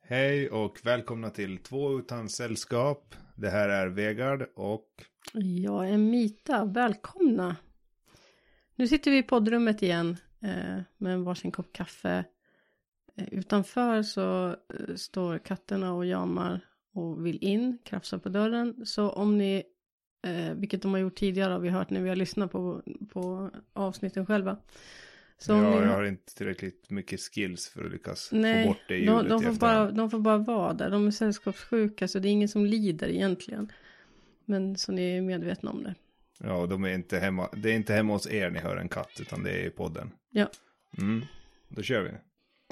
Hej och välkomna till Två utan sällskap. Det här är Vegard och... Jag är Mita. Välkomna. Nu sitter vi i poddrummet igen med varsin kopp kaffe. Utanför så står katterna och jamar och vill in, krafsar på dörren. Så om ni, vilket de har gjort tidigare har vi hört när vi har lyssnat på avsnitten själva. Så jag har inte tillräckligt mycket skills för att lyckas få bort det ljudet de får bara vara där. De är sällskapssjuka så det är ingen som lider egentligen. Men så ni är medvetna om det. Ja, de är inte hemma. Det är inte hemma hos er ni hör en katt utan det är i podden. Ja. Då kör vi.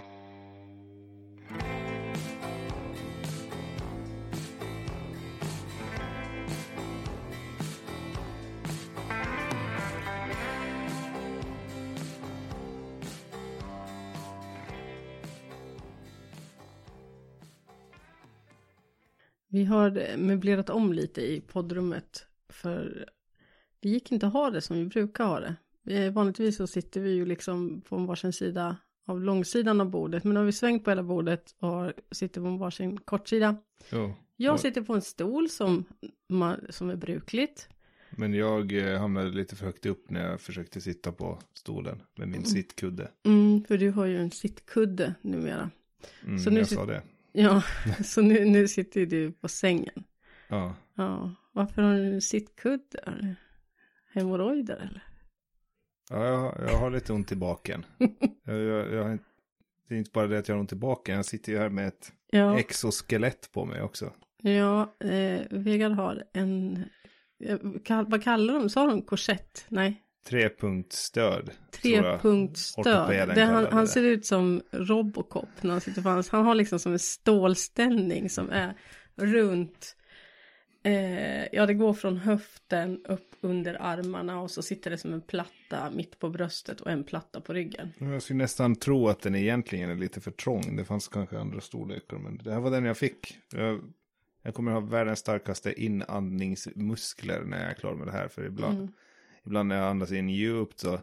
Vi har möblerat om lite i poddrummet för det gick inte att ha det som vi brukar ha det. Vanligtvis så sitter vi ju liksom på varsin sida av långsidan av bordet. Men nu har vi svängt på hela bordet och sitter på varsin kortsida. Jag sitter på en stol som är brukligt. Men jag hamnade lite för högt upp när jag försökte sitta på stolen med min sittkudde. För du har ju en sittkudde numera. Så nu sa det. Ja, så nu sitter du på sängen. Ja. Varför har du en sittkudde? Hemorrojder eller? Ja, jag har lite ont i baken. Det är inte bara det att jag har ont i baken. Jag sitter ju här med ett exoskelett på mig också. Ja, Vegard har en... Vad kallar de? Sa de korsett? Nej. 3-punktsstöd. 3-punktsstöd. Han ser ut som Robocop när han sitter fast. Han har liksom som en stålställning som är runt. Det går från höften upp under armarna och så sitter det som en platta mitt på bröstet och en platta på ryggen. Jag skulle nästan tro att den egentligen är lite för trång. Det fanns kanske andra storlekar, men det här var den jag fick. Jag kommer ha världens starkaste inandningsmuskler när jag är klar med det här, för ibland när jag andas in djupt så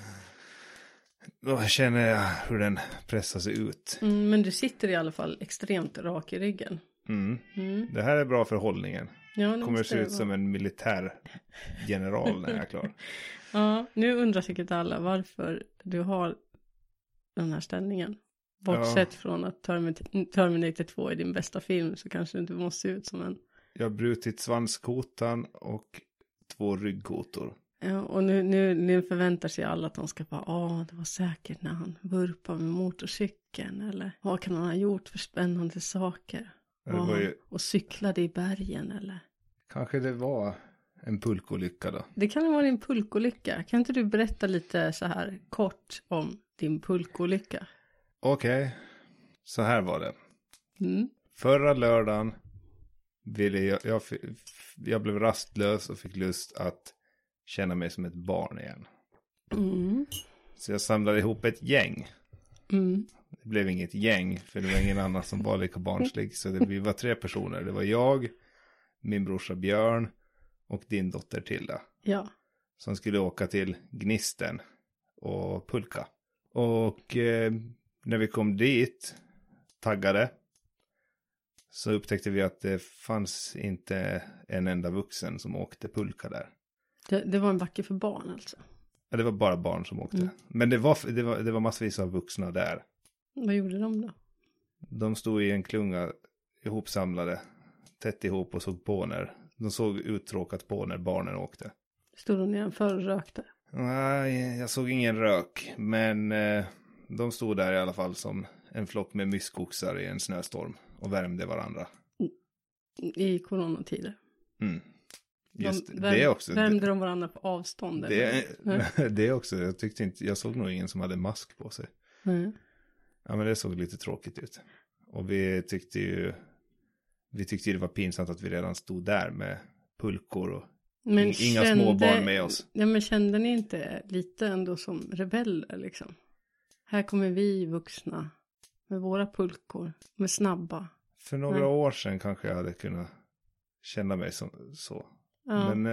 då känner jag hur den pressar sig ut. Men du sitter i alla fall extremt rak i ryggen. Det här är bra för hållningen. Ja, kommer se ut som en militär general när jag är klar. Ja, nu undrar säkert alla varför du har den här ställningen. Bortsett från att Terminator 2 är din bästa film så kanske du inte måste se ut som en... Jag har brutit svanskotan och 2 ryggkotor. Ja, och nu förväntar sig alla att de ska bara, det var säkert när han vurpade med motorcykeln. Eller vad kan han ha gjort för spännande saker? Och cyklade i bergen eller? Kanske det var en pulkolycka då. Det kan vara en pulkolycka. Kan inte du berätta lite så här kort om din pulkolycka? Okej. Så här var det. Förra lördagen ville jag blev rastlös och fick lust att känna mig som ett barn igen. Så jag samlade ihop ett gäng. Det blev inget gäng för det var ingen annan som var lika barnslig. Så vi var 3 personer. Det var jag, min brorsa Björn och din dotter Tilda. Ja. Som skulle åka till Gnisten och pulka. Och när vi kom dit, taggade, så upptäckte vi att det fanns inte en enda vuxen som åkte pulka där. Det var en backe för barn alltså? Ja, det var bara barn som åkte. Men det var massvis av vuxna där. Vad gjorde de då? De stod i en klunga ihopsamlade, tätt ihop och såg på när... De såg uttråkat på när barnen åkte. Stod de nedanför och rökte? Nej, jag såg ingen rök. Men de stod där i alla fall som en flock med myskoxar i en snöstorm. Och värmde varandra. I coronatider? Det också. Värmde de varandra på avstånd? Det också. Jag såg nog ingen som hade mask på sig. Ja, men det såg lite tråkigt ut. Och vi tyckte det var pinsamt att vi redan stod där med pulkor och inga små barn med oss. Ja, men kände ni inte lite ändå som rebeller liksom? Här kommer vi vuxna med våra pulkor, med snabba. För några år sedan kanske jag hade kunnat känna mig så. Ja. Men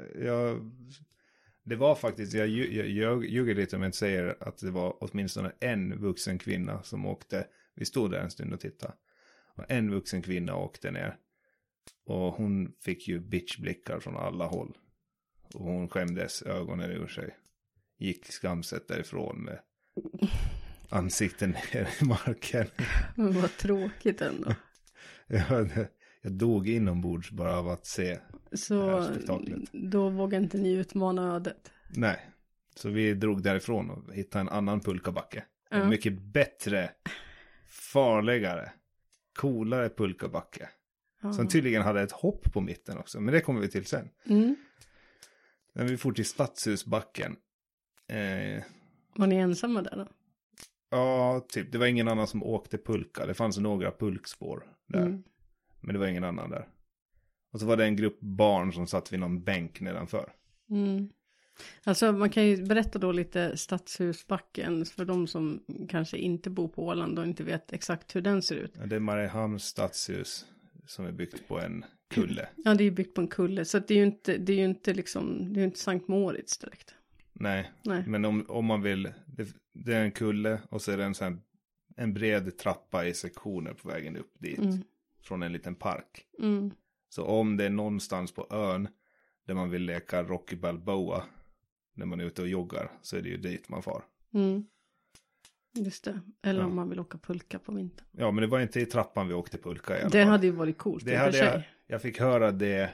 det var faktiskt, jag ljuger lite om jag inte säger att det var åtminstone en vuxen kvinna som åkte. Vi stod där en stund och tittade. Och en vuxen kvinna åkte ner. Och hon fick ju bitchblickar från alla håll. Och hon skämdes ögonen ur sig. Gick skamset därifrån med ansikten ner i marken. Men vad tråkigt ändå. Jag dog inombords bara av att se Så det här spektaklet. då vågar inte ni utmana ödet. Nej, så vi drog därifrån och hittade en annan pulkabacke. En mycket bättre, farligare, coolare pulkabacke. Som tydligen hade ett hopp på mitten också. Men det kommer vi till sen. När vi for till Stadshusbacken. Var ni ensamma där då? Ja, typ. Det var ingen annan som åkte pulka. Det fanns några pulkspår där. Men det var ingen annan där. Och så var det en grupp barn som satt vid någon bänk nedanför. Alltså man kan ju berätta då lite Stadshusbacken för de som kanske inte bor på Åland och inte vet exakt hur den ser ut. Ja, det är Mariehamns stadshus som är byggt på en kulle. Ja, det är byggt på en kulle. Så att det är ju inte liksom, det är ju inte Sankt Moritz direkt. Nej. Men om man vill, det är en kulle och så är det en bred trappa i sektioner på vägen upp dit. Från en liten park. Så om det är någonstans på ön där man vill leka Rocky Balboa när man är ute och joggar, så är det ju dit man far. Just det. Eller om man vill åka pulka på vintern. Ja, men det var inte i trappan vi åkte pulka i alla fall. Det hade ju varit coolt. Det hade jag fick höra det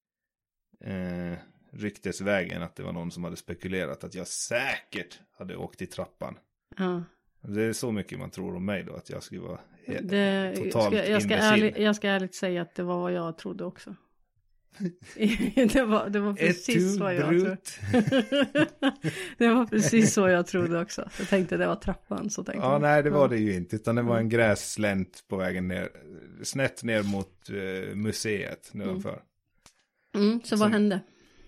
ryktesvägen att det var någon som hade spekulerat att jag säkert hade åkt i trappan. Ja. Det är så mycket man tror om mig då, att jag skulle vara totalt jag ska ärligt säga att det var vad jag trodde också. det var precis vad jag trodde. Det var precis så jag trodde också. Jag tänkte det var trappan. Så tänkte jag. Nej, det var det ju inte. Utan det var en grässlänt på vägen ner. Snett ner mot museet nedanför. Så vad hände?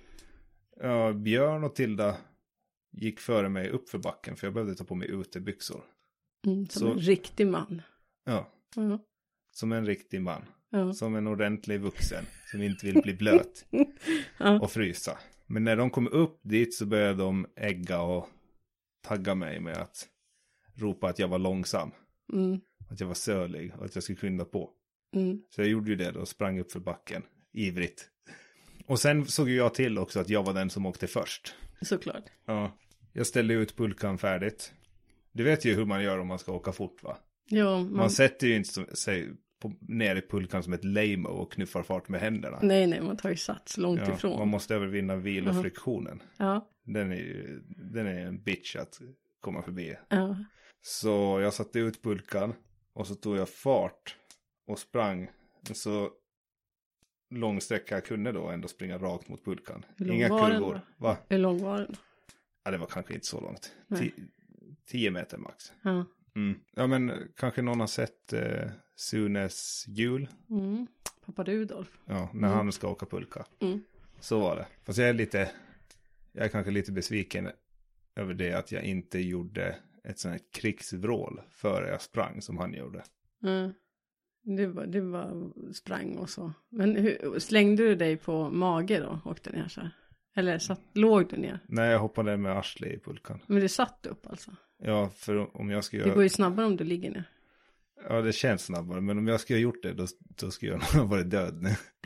Ja, Björn och Tilda gick före mig upp för backen. För jag behövde ta på mig utebyxor. Som en riktig man. Ja. Som en riktig man. Som en ordentlig vuxen som inte vill bli blöt och frysa. Men när de kom upp dit så började de ägga och tagga mig med att ropa att jag var långsam. Att jag var sölig och att jag skulle skynda på. Så jag gjorde ju det då och sprang upp för backen ivrigt. Och sen såg jag till också att jag var den som åkte först. Såklart. Ja, jag ställde ut pulkan färdigt. Du vet ju hur man gör om man ska åka fort, va? Ja, man sätter ju inte sig ner i pulkan som ett lame och knuffar fart med händerna. Nej, man tar ju sats långt ifrån. Man måste övervinna vilofriktionen. Ja. Den är en bitch att komma förbi. Ja. Så jag satte ut pulkan och så tog jag fart och sprang så lång sträcka jag kunde då ändå springa rakt mot pulkan. Inga kurvor. Va? Hur lång var den? Ja, det var kanske inte så långt. 10 meter max. Ja. Ja, men kanske någon har sett Sunes jul. Pappa Rudolf. Ja, när han ska åka pulka. Så var det. Fast jag är kanske lite besviken över det att jag inte gjorde ett sånt här krigsvrål före jag sprang som han gjorde. Det var sprang och så. Men slängde du dig på mage då? Åkte ner så här? Eller låg du ner? Nej, jag hoppade med arslet i pulkan. Men du satt upp alltså? Ja, för om jag ska göra... Det går ju snabbare om du ligger ner. Ja, det känns snabbare. Men om jag skulle ha gjort det, då skulle jag nog ha varit död nu.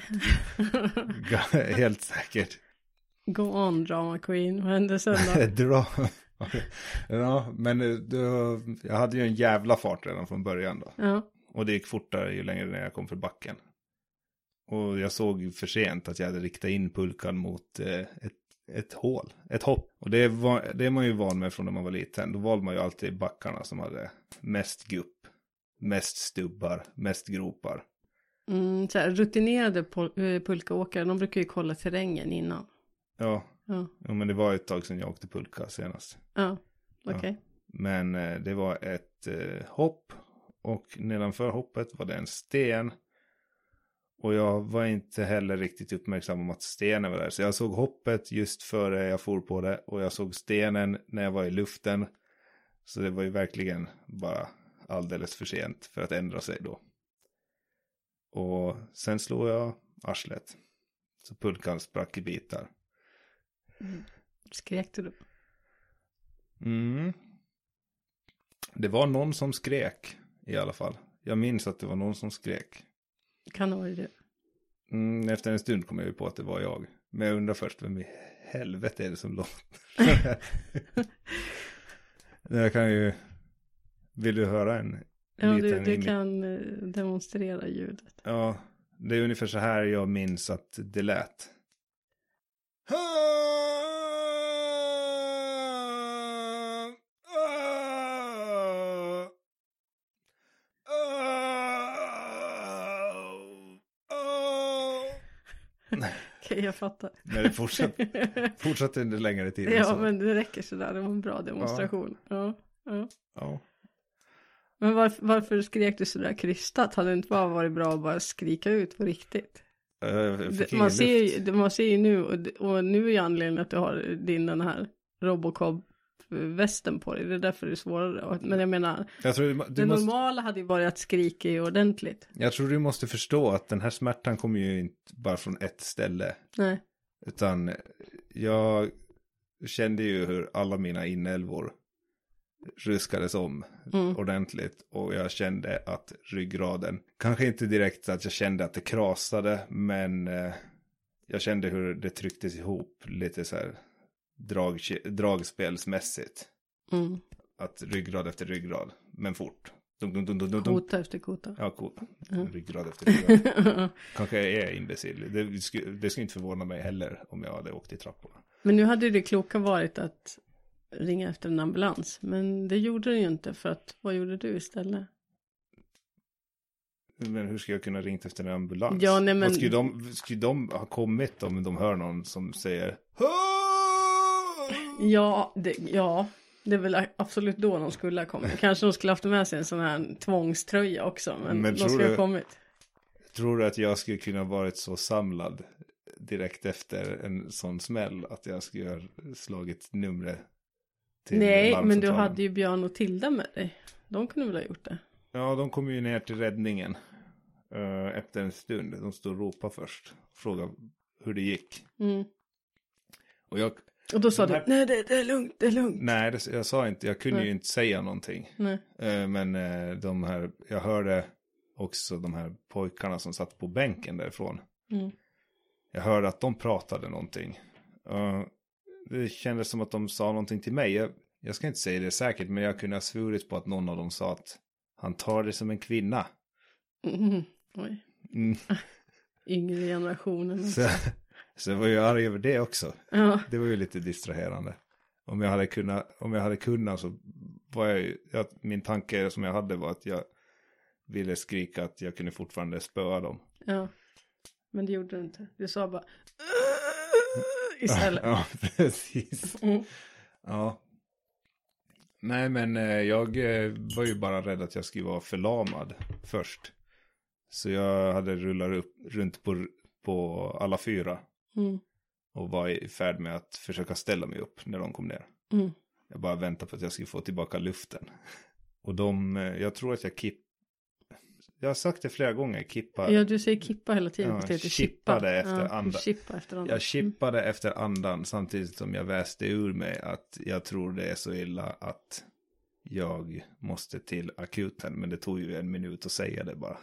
Helt säkert. Go on, drama queen. Vad hände sen då? Ja, men jag hade ju en jävla fart redan från början då. Ja. Och det gick fortare ju längre ner jag kom för backen. Och jag såg för sent att jag hade riktat in pulkan mot ett hål. Ett hopp. Och det är man ju van med från när man var liten. Då valde man ju alltid backarna som hade mest gupp. Mest stubbar. Mest gropar. Så här, rutinerade pulkaåkare, de brukar ju kolla terrängen innan. Ja, men det var ett tag sedan jag åkte pulka senast. Ja, okej. Okay. Men det var ett hopp. Och nedanför hoppet var det en sten. Och jag var inte heller riktigt uppmärksam om att stenen var där. Så jag såg hoppet just före jag for på det. Och jag såg stenen när jag var i luften. Så det var ju verkligen bara alldeles för sent för att ändra sig då. Och sen slog jag arslet. Så pulkan sprack i bitar. Skrek du då? Det var någon som skrek i alla fall. Jag minns att det var någon som skrek. Kan det vara det? Efter en stund kom jag ju på att det var jag. Men jag undrar först, vem i helvete är det som låter? Jag kan ju... Vill du höra en liten... Du kan demonstrera ljudet. Ja, det är ungefär så här jag minns att det lät. Okej, jag fattar. Men det fortsatte under längre tid. Ja, så. men det räcker sådär. Det var en bra demonstration. Ja. Men varför skrek du sådär krystat? Hade det inte bara varit bra att bara skrika ut på riktigt? Man ser ju nu, och nu är ju anledningen att du har den här Robocop-västen på dig. Det är därför det är svårare. Men jag menar, det normala hade ju varit att skrika ju ordentligt. Jag tror du måste förstå att den här smärtan kommer ju inte bara från ett ställe. Nej. Utan jag kände ju hur alla mina inälvor ruskades om ordentligt. Och jag kände att ryggraden, kanske inte direkt att jag kände att det krasade, men jag kände hur det trycktes ihop lite så här dragspelsmässigt. Att ryggrad efter ryggrad, men fort. Kota efter kota. Ja, ryggrad efter ryggrad. Kanske jag är imbecill. Det skulle inte förvåna mig heller om jag hade åkt i trapporna. Men nu hade det kloka varit att ringa efter en ambulans. Men det gjorde du ju inte, för att vad gjorde du istället? Men hur ska jag kunna ringa efter en ambulans? Ja, nej, men... Skulle de ha kommit om de hör någon som säger Ja, det är väl absolut då de skulle ha kommit. Kanske de skulle ha haft med sig en sån här tvångströja också. Men de skulle ha kommit. Tror du att jag skulle kunna varit så samlad direkt efter en sån smäll att jag skulle ha slagit numret till Nej, men du hade ju Björn och Tilda med dig. De kunde väl ha gjort det. Ja, de kom ju ner till räddningen efter en stund. De stod och ropade först. Frågade hur det gick. Och då sa du, nej det är lugnt, det är lugnt. Nej, jag sa inte, jag kunde ju inte säga någonting. Nej. Men de här, jag hörde också de här pojkarna som satt på bänken därifrån. Jag hörde att de pratade någonting. Det kändes som att de sa någonting till mig. Jag ska inte säga det säkert, men jag kunde ha svurit på att någon av dem sa att han tar det som en kvinna. Oj. Yngre generationen. Så jag var ju arg över det också. Ja. Det var ju lite distraherande. Om jag hade kunnat så var min tanke som jag hade var att jag ville skrika att jag kunde fortfarande spöa dem. Ja, men det gjorde du inte. Du sa bara istället. Ja, precis. Ja. Nej, men jag var ju bara rädd att jag skulle vara förlamad först. Så jag hade rullat runt på alla fyra. Och var i färd med att försöka ställa mig upp när de kom ner. Jag bara väntade på att jag skulle få tillbaka luften. Och jag tror att jag har sagt det flera gånger, kippa. Ja, du säger kippa hela tiden. Ja, jag chippade efter andan. Andan. Jag chippade efter andan samtidigt som jag väste ur mig att jag tror det är så illa att jag måste till akuten. Men det tog ju en minut att säga det bara.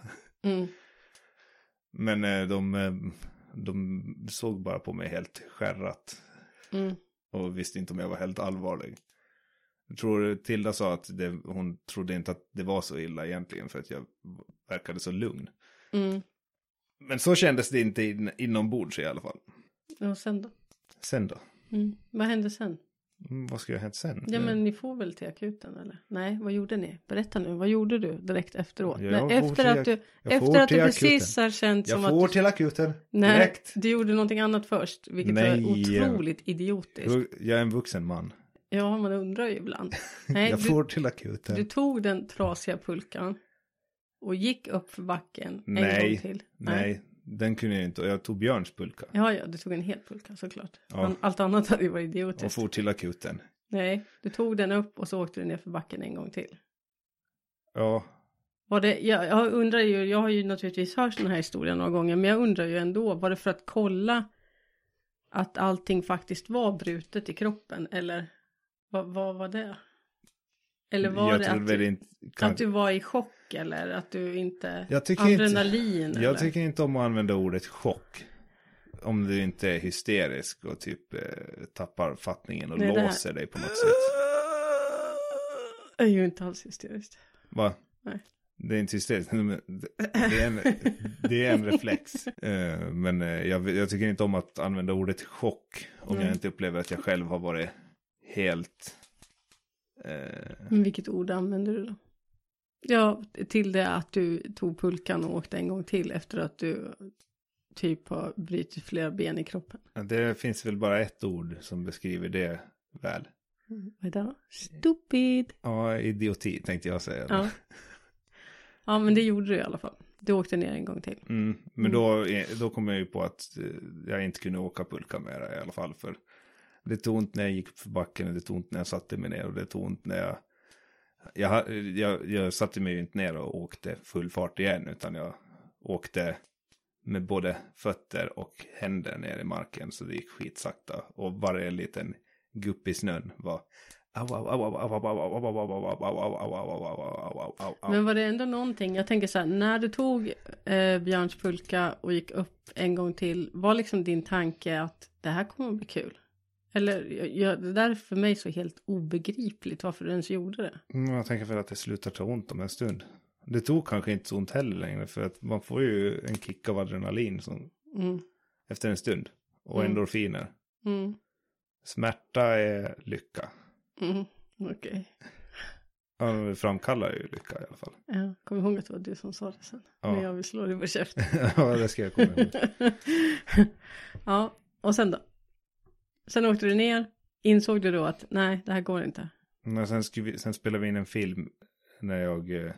Men de såg bara på mig helt skärrat. Och visste inte om jag var helt allvarlig. Jag tror Tilda sa att hon trodde inte att det var så illa egentligen, för att jag verkade så lugn. Men så kändes det inte inombords i alla fall. Och sen då? Vad hände sen? Vad ska jag hänt sen? Ja, men ni får väl till akuten eller? Nej, vad gjorde ni? Berätta nu, vad gjorde du direkt efteråt? Efter att du precis har känt som att... Jag får till akuten Nej, direkt. du gjorde någonting annat först, vilket var otroligt idiotiskt. Jag är en vuxen man. Ja, man undrar ju ibland. Nej, jag får till akuten. Du tog den trasiga pulkan och gick upp för backen en gång till. Nej, den kunde jag inte. Och jag tog Björns pulka. Ja, du tog en hel pulka såklart. Ja. Allt annat hade ju varit idiotiskt. Och for till akuten. Nej, du tog den upp och så åkte du ner för backen en gång till. Ja. Jag undrar ju, jag har ju naturligtvis hört den här historien några gånger, men jag undrar ju ändå, var det för att kolla att allting faktiskt var brutet i kroppen, eller vad var det? Eller var det att, inte, att du var i chock eller att du inte... adrenalin? Eller? Jag tycker inte om att använda ordet chock. Om du inte är hysterisk och typ tappar fattningen och låser dig på något sätt. Jag är ju inte alls hysteriskt. Va? Nej. Det är inte hysteriskt. Det är en reflex. Men jag tycker inte om att använda ordet chock. Om jag inte upplever att jag själv har varit helt... Men vilket ord använder du då? Ja, till det att du tog pulkan och åkte en gång till efter att du typ har brutit flera ben i kroppen. Det finns väl bara ett ord som beskriver det väl. Vad är det då? Stupid. Ja, idioti tänkte jag säga. Ja. Ja, men det gjorde du i alla fall. Du åkte ner en gång till. Men då kom jag ju på att jag inte kunde åka pulka mer i alla fall. För det tog ont när jag gick upp för backen och det tog ont när jag satte mig ner. Och det tog ont när jag satte mig ju inte ner och åkte full fart igen. Utan jag åkte med både fötter och händer ner i marken. Så det gick skitsakta. Och varje liten gupp i snön var... Men var det ändå någonting, jag tänker så här, när du tog Björns pulka och gick upp en gång till, var liksom din tanke att det här kommer att bli kul? Eller det där är för mig så helt obegripligt varför du ens gjorde det. Jag tänker för att det slutar ta ont om en stund. Det tog kanske inte så ont heller längre, för att man får ju en kick av adrenalin efter en stund. Och endorfiner. Smärta är lycka. Okej. Ja, det framkallar ju lycka i alla fall. Ja, kom ihåg att det var du som sa det sen. Ja. Men jag vill slå dig på käften. Ja, det ska jag komma ihåg. Ja, och sen då? Sen åkte du ner. Insåg du då att nej, det här går inte? Men sen spelade vi in en film när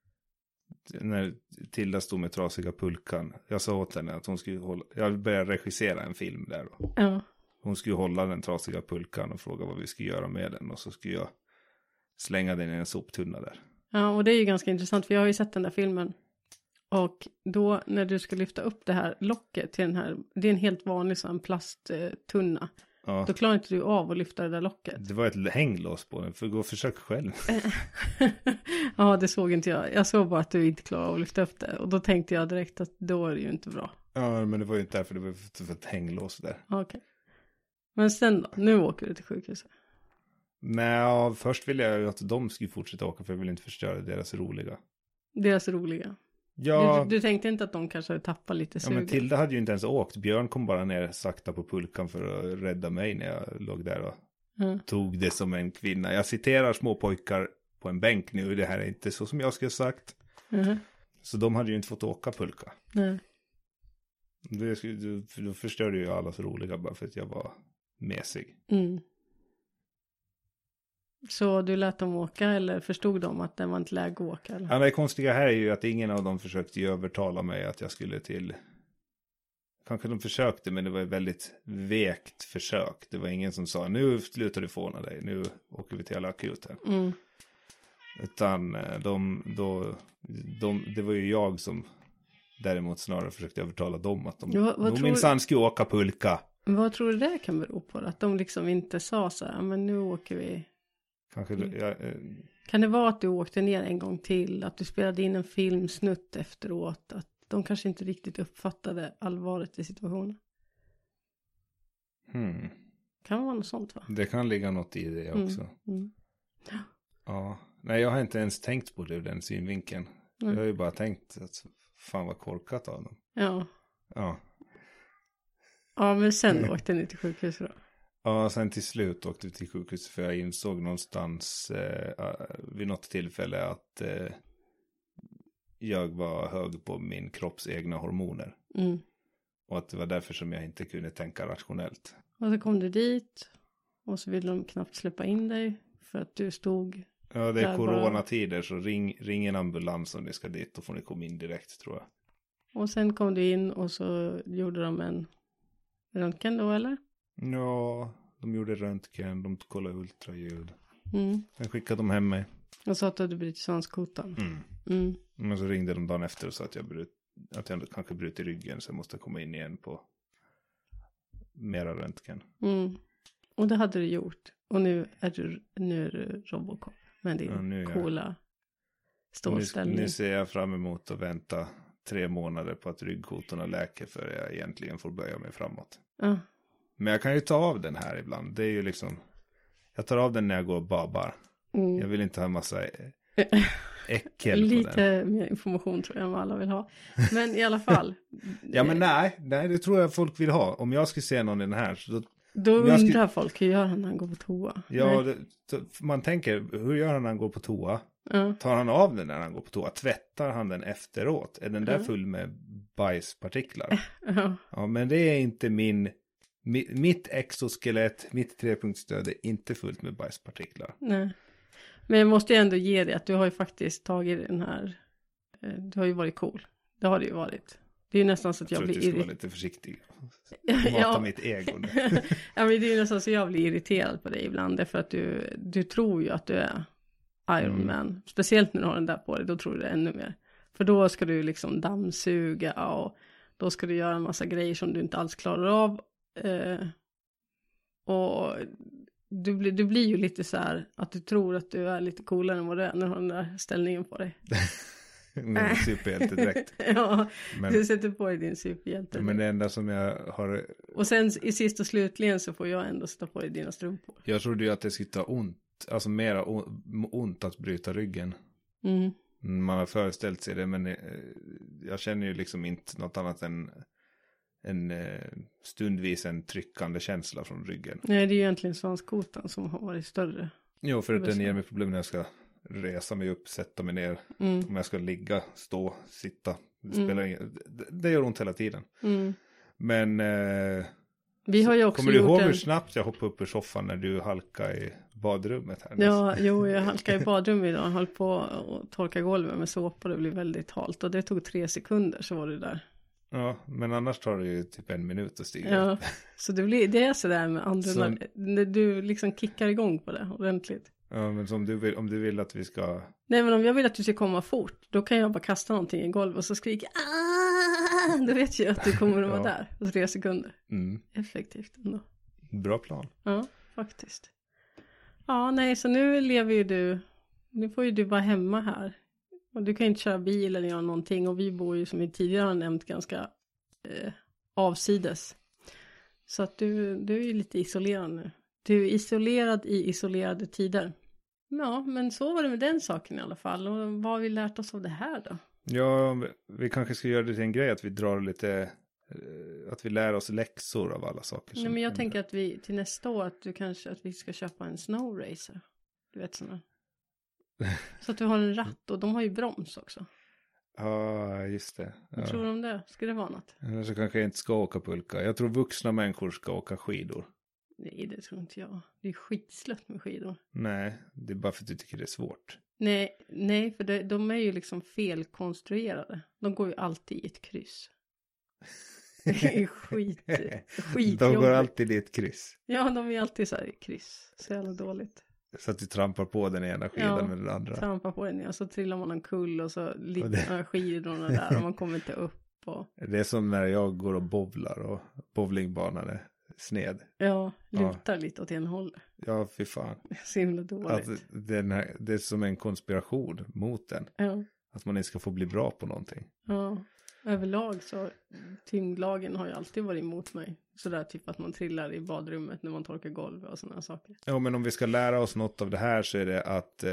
Tilda stod med trasiga pulkan. Jag sa åt henne att hon skulle hålla... Jag började regissera en film där då. Ja. Hon skulle hålla den trasiga pulkan och fråga vad vi skulle göra med den. Och så skulle jag slänga den i en soptunna där. Ja, och det är ju ganska intressant för jag har ju sett den där filmen. Och då när du ska lyfta upp det här locket till den här, det är en helt vanlig sån plasttunna. Ja. Då klarar inte du av att lyfta det där locket. Det var ett hänglås på den, för gå och försök själv. Ja, det såg inte jag. Jag såg bara att du inte klarade av att lyfta upp det. Och då tänkte jag direkt att då är det ju inte bra. Ja, men det var ju inte därför, det var för ett hänglås där. Okej. Men sen då? Nu åker du till sjukhuset. Nej, först ville jag ju att de skulle fortsätta åka, för jag vill inte förstöra deras roliga. Deras roliga? Ja. Du tänkte inte att de kanske hade tappat lite sugen? Ja, men Tilda hade ju inte ens åkt. Björn kom bara ner sakta på pulkan för att rädda mig när jag låg där och tog det som en kvinna. Jag citerar små pojkar på en bänk nu. Det här är inte så som jag skulle ha sagt. Så de hade ju inte fått åka pulka. Nej. Då förstörde ju alla så roliga bara för att jag var mesig. Så du lät dem åka eller förstod de att det var inte läge att åka? Eller? Ja, det konstiga här är ju att ingen av dem försökte övertala mig att jag skulle till... Kanske de försökte, men det var ett väldigt vekt försök. Det var ingen som sa, nu slutar du fåna dig, nu åker vi till alla akuten. Utan det var ju jag som däremot snarare försökte övertala dem att de minsann skulle åka pulka. Vad tror du det kan bero på? Att de liksom inte sa så här, men nu åker vi... Kanske, kan det vara att du åkte ner en gång till? Att du spelade in en filmsnutt efteråt? Att de kanske inte riktigt uppfattade allvaret i situationen? Kan vara något sånt, va? Det kan ligga något i det också. Ja. Nej, jag har inte ens tänkt på det ur den synvinkeln. Jag har ju bara tänkt att fan vad korkat av dem. Ja. Ja. Ja, men sen åkte ni till sjukhus då? Ja, sen till slut åkte vi till sjukhus för jag insåg någonstans vid något tillfälle att jag var hög på min kropps egna hormoner. Och att det var därför som jag inte kunde tänka rationellt. Och så kom du dit och så ville de knappt släppa in dig för att du stod... Ja, det är coronatider så ring en ambulans om ni ska dit, då får ni komma in direkt tror jag. Och sen kom du in och så gjorde de en röntgen då, eller? Ja, de gjorde röntgen, de kollade ultraljud. Sen skickade de hem mig. Och sa att du hade brutit svanskotan. Men så ringde de dagen efter och sa att jag kanske brutit ryggen så jag måste komma in igen på mera röntgen. Och det hade du gjort. Och nu är du Robocop. med din coola stålställning. Nu ser jag fram emot att vänta 3 månader på att ryggkotorna läker för jag egentligen får böja mig framåt. Men jag kan ju ta av den här ibland. Det är ju liksom, jag tar av den när jag går och babar. Jag vill inte ha en massa äckel på den. Lite mer information tror jag än vad alla vill ha. Men i alla fall. Ja men nej, det tror jag folk vill ha. Om jag skulle se någon i den här så då undrar folk, hur gör han när han går på toa? Ja, man tänker, hur gör han när han går på toa? Tar han av den när han går på toa? Tvättar han den efteråt? Är den där full med bajspartiklar? Ja, men det är inte mitt exoskelett, mitt 3-punktsstöd är inte fullt med bajspartiklar. Nej. Men jag måste ju ändå ge det att du har ju faktiskt tagit den här, du har ju varit cool. Det har det ju varit. Det är ju nästan så att jag blir irriterad. Jag tror att du ska vara lite försiktig. Mata mitt ego nu. Ja, men det är ju nästan så jag blir irriterad på dig ibland. Därför att du tror ju att du är Iron Man. Speciellt när du har den där på dig, då tror du det ännu mer. För då ska du liksom dammsuga och då ska du göra en massa grejer som du inte alls klarar av. Och du blir ju lite så här att du tror att du är lite coolare än vad du är när du har den där ställningen på dig. Med superhjältedräkt. Ja, men, du sätter på dig din superhjältedräkt. Men det enda som jag har... Och sen i sist och slutligen så får jag ändå sätta på dig dina strumpor. Jag trodde ju att det skulle ta ont. Alltså mera ont att bryta ryggen. Man har föreställt sig det, men jag känner ju liksom inte något annat än stundvis en tryckande känsla från ryggen. Nej, det är ju egentligen svanskotan som har varit större. Jo, för att den ger mig problem när jag ska resa mig upp, sätta mig ner. Om jag ska ligga, stå, sitta. Det gör ont hela tiden. Men vi har ju också kommer du ihåg hur snabbt jag hoppade upp ur soffan när du halkade i badrummet här? Ja, jag halkade i badrummet idag. Jag höll på att torka golvet med såpa och det blev väldigt halt. Och det tog 3 sekunder så var det där. Ja, men annars tar det ju typ 1 minut att stiga. Ja, så det är sådär med andra. När du liksom kickar igång på det ordentligt. Ja, men om du vill att vi ska... Nej, men om jag vill att du ska komma fort, då kan jag bara kasta någonting i golvet och så skrika då vet jag att du kommer att vara där på 3 sekunder. Effektivt ändå. Bra plan. Ja, faktiskt. Ja, nej, så nu lever ju du, nu får ju du vara hemma här. Och du kan inte köra bil eller göra någonting. Och vi bor ju som vi tidigare har nämnt ganska avsides. Så att du är ju lite isolerad nu. Du är isolerad i isolerade tider. Ja, men så var det med den saken i alla fall. Och vad har vi lärt oss av det här då? Ja, vi kanske ska göra det till en grej att vi drar lite... Att vi lär oss läxor av alla saker. Nej, men jag tänker att vi till nästa år att vi ska köpa en snow racer. Du vet sådana. Så att du har en ratt och de har ju broms också. Ja, just det. Vad tror du om det? Ska det vara något? Så kanske jag inte ska åka pulka. Jag tror vuxna människor ska åka skidor. Nej, det tror inte jag. Det är skitslött med skidor. Nej, det är bara för att du tycker det är svårt. Nej, för de är ju liksom felkonstruerade. De går ju alltid i ett kryss. Det är skit. De går alltid i ett kryss. Ja, de är alltid så här i kryss. Så jävla dåligt. Så att du trampar på den ena skidan med den andra. Trampar på den, ja. Så trillar man en kull och så ligger skidorna där och man kommer inte upp. Det är som när jag går och bowlar och bowlingbanan är sned. Ja, lutar lite åt en håll. Ja, fy fan. Så himla dåligt. Att det är som en konspiration mot den. Ja. Att man inte ska få bli bra på någonting. Ja, överlag så tyngdlagen har ju alltid varit emot mig. Sådär typ att man trillar i badrummet när man torkar golv och sådana saker. Ja, men om vi ska lära oss något av det här så är det att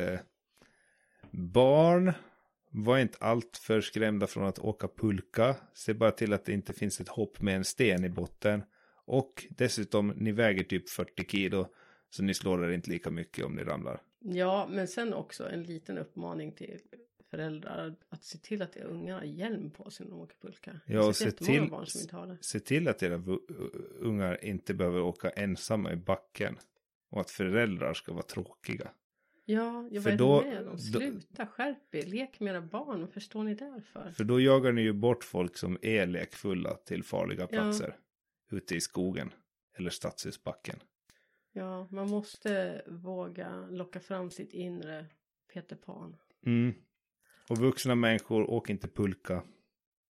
barn var inte allt för skrämda från att åka pulka. Se bara till att det inte finns ett hopp med en sten i botten. Och dessutom, ni väger typ 40 kilo. Så ni slår er inte lika mycket om ni ramlar. Ja, men sen också en liten uppmaning till föräldrar att se till att unga har hjälm på sig när de åker pulka. Ja, och se till att era ungar inte behöver åka ensamma i backen. Och att föräldrar ska vara tråkiga. Ja, jag var med dem. Sluta, skärp er, lek med era barn. Vad förstår ni därför? För då jagar ni ju bort folk som är lekfulla till farliga platser. Ute i skogen. Eller stadshusbacken. Ja, man måste våga locka fram sitt inre Peter Pan. Och vuxna människor, åk inte pulka.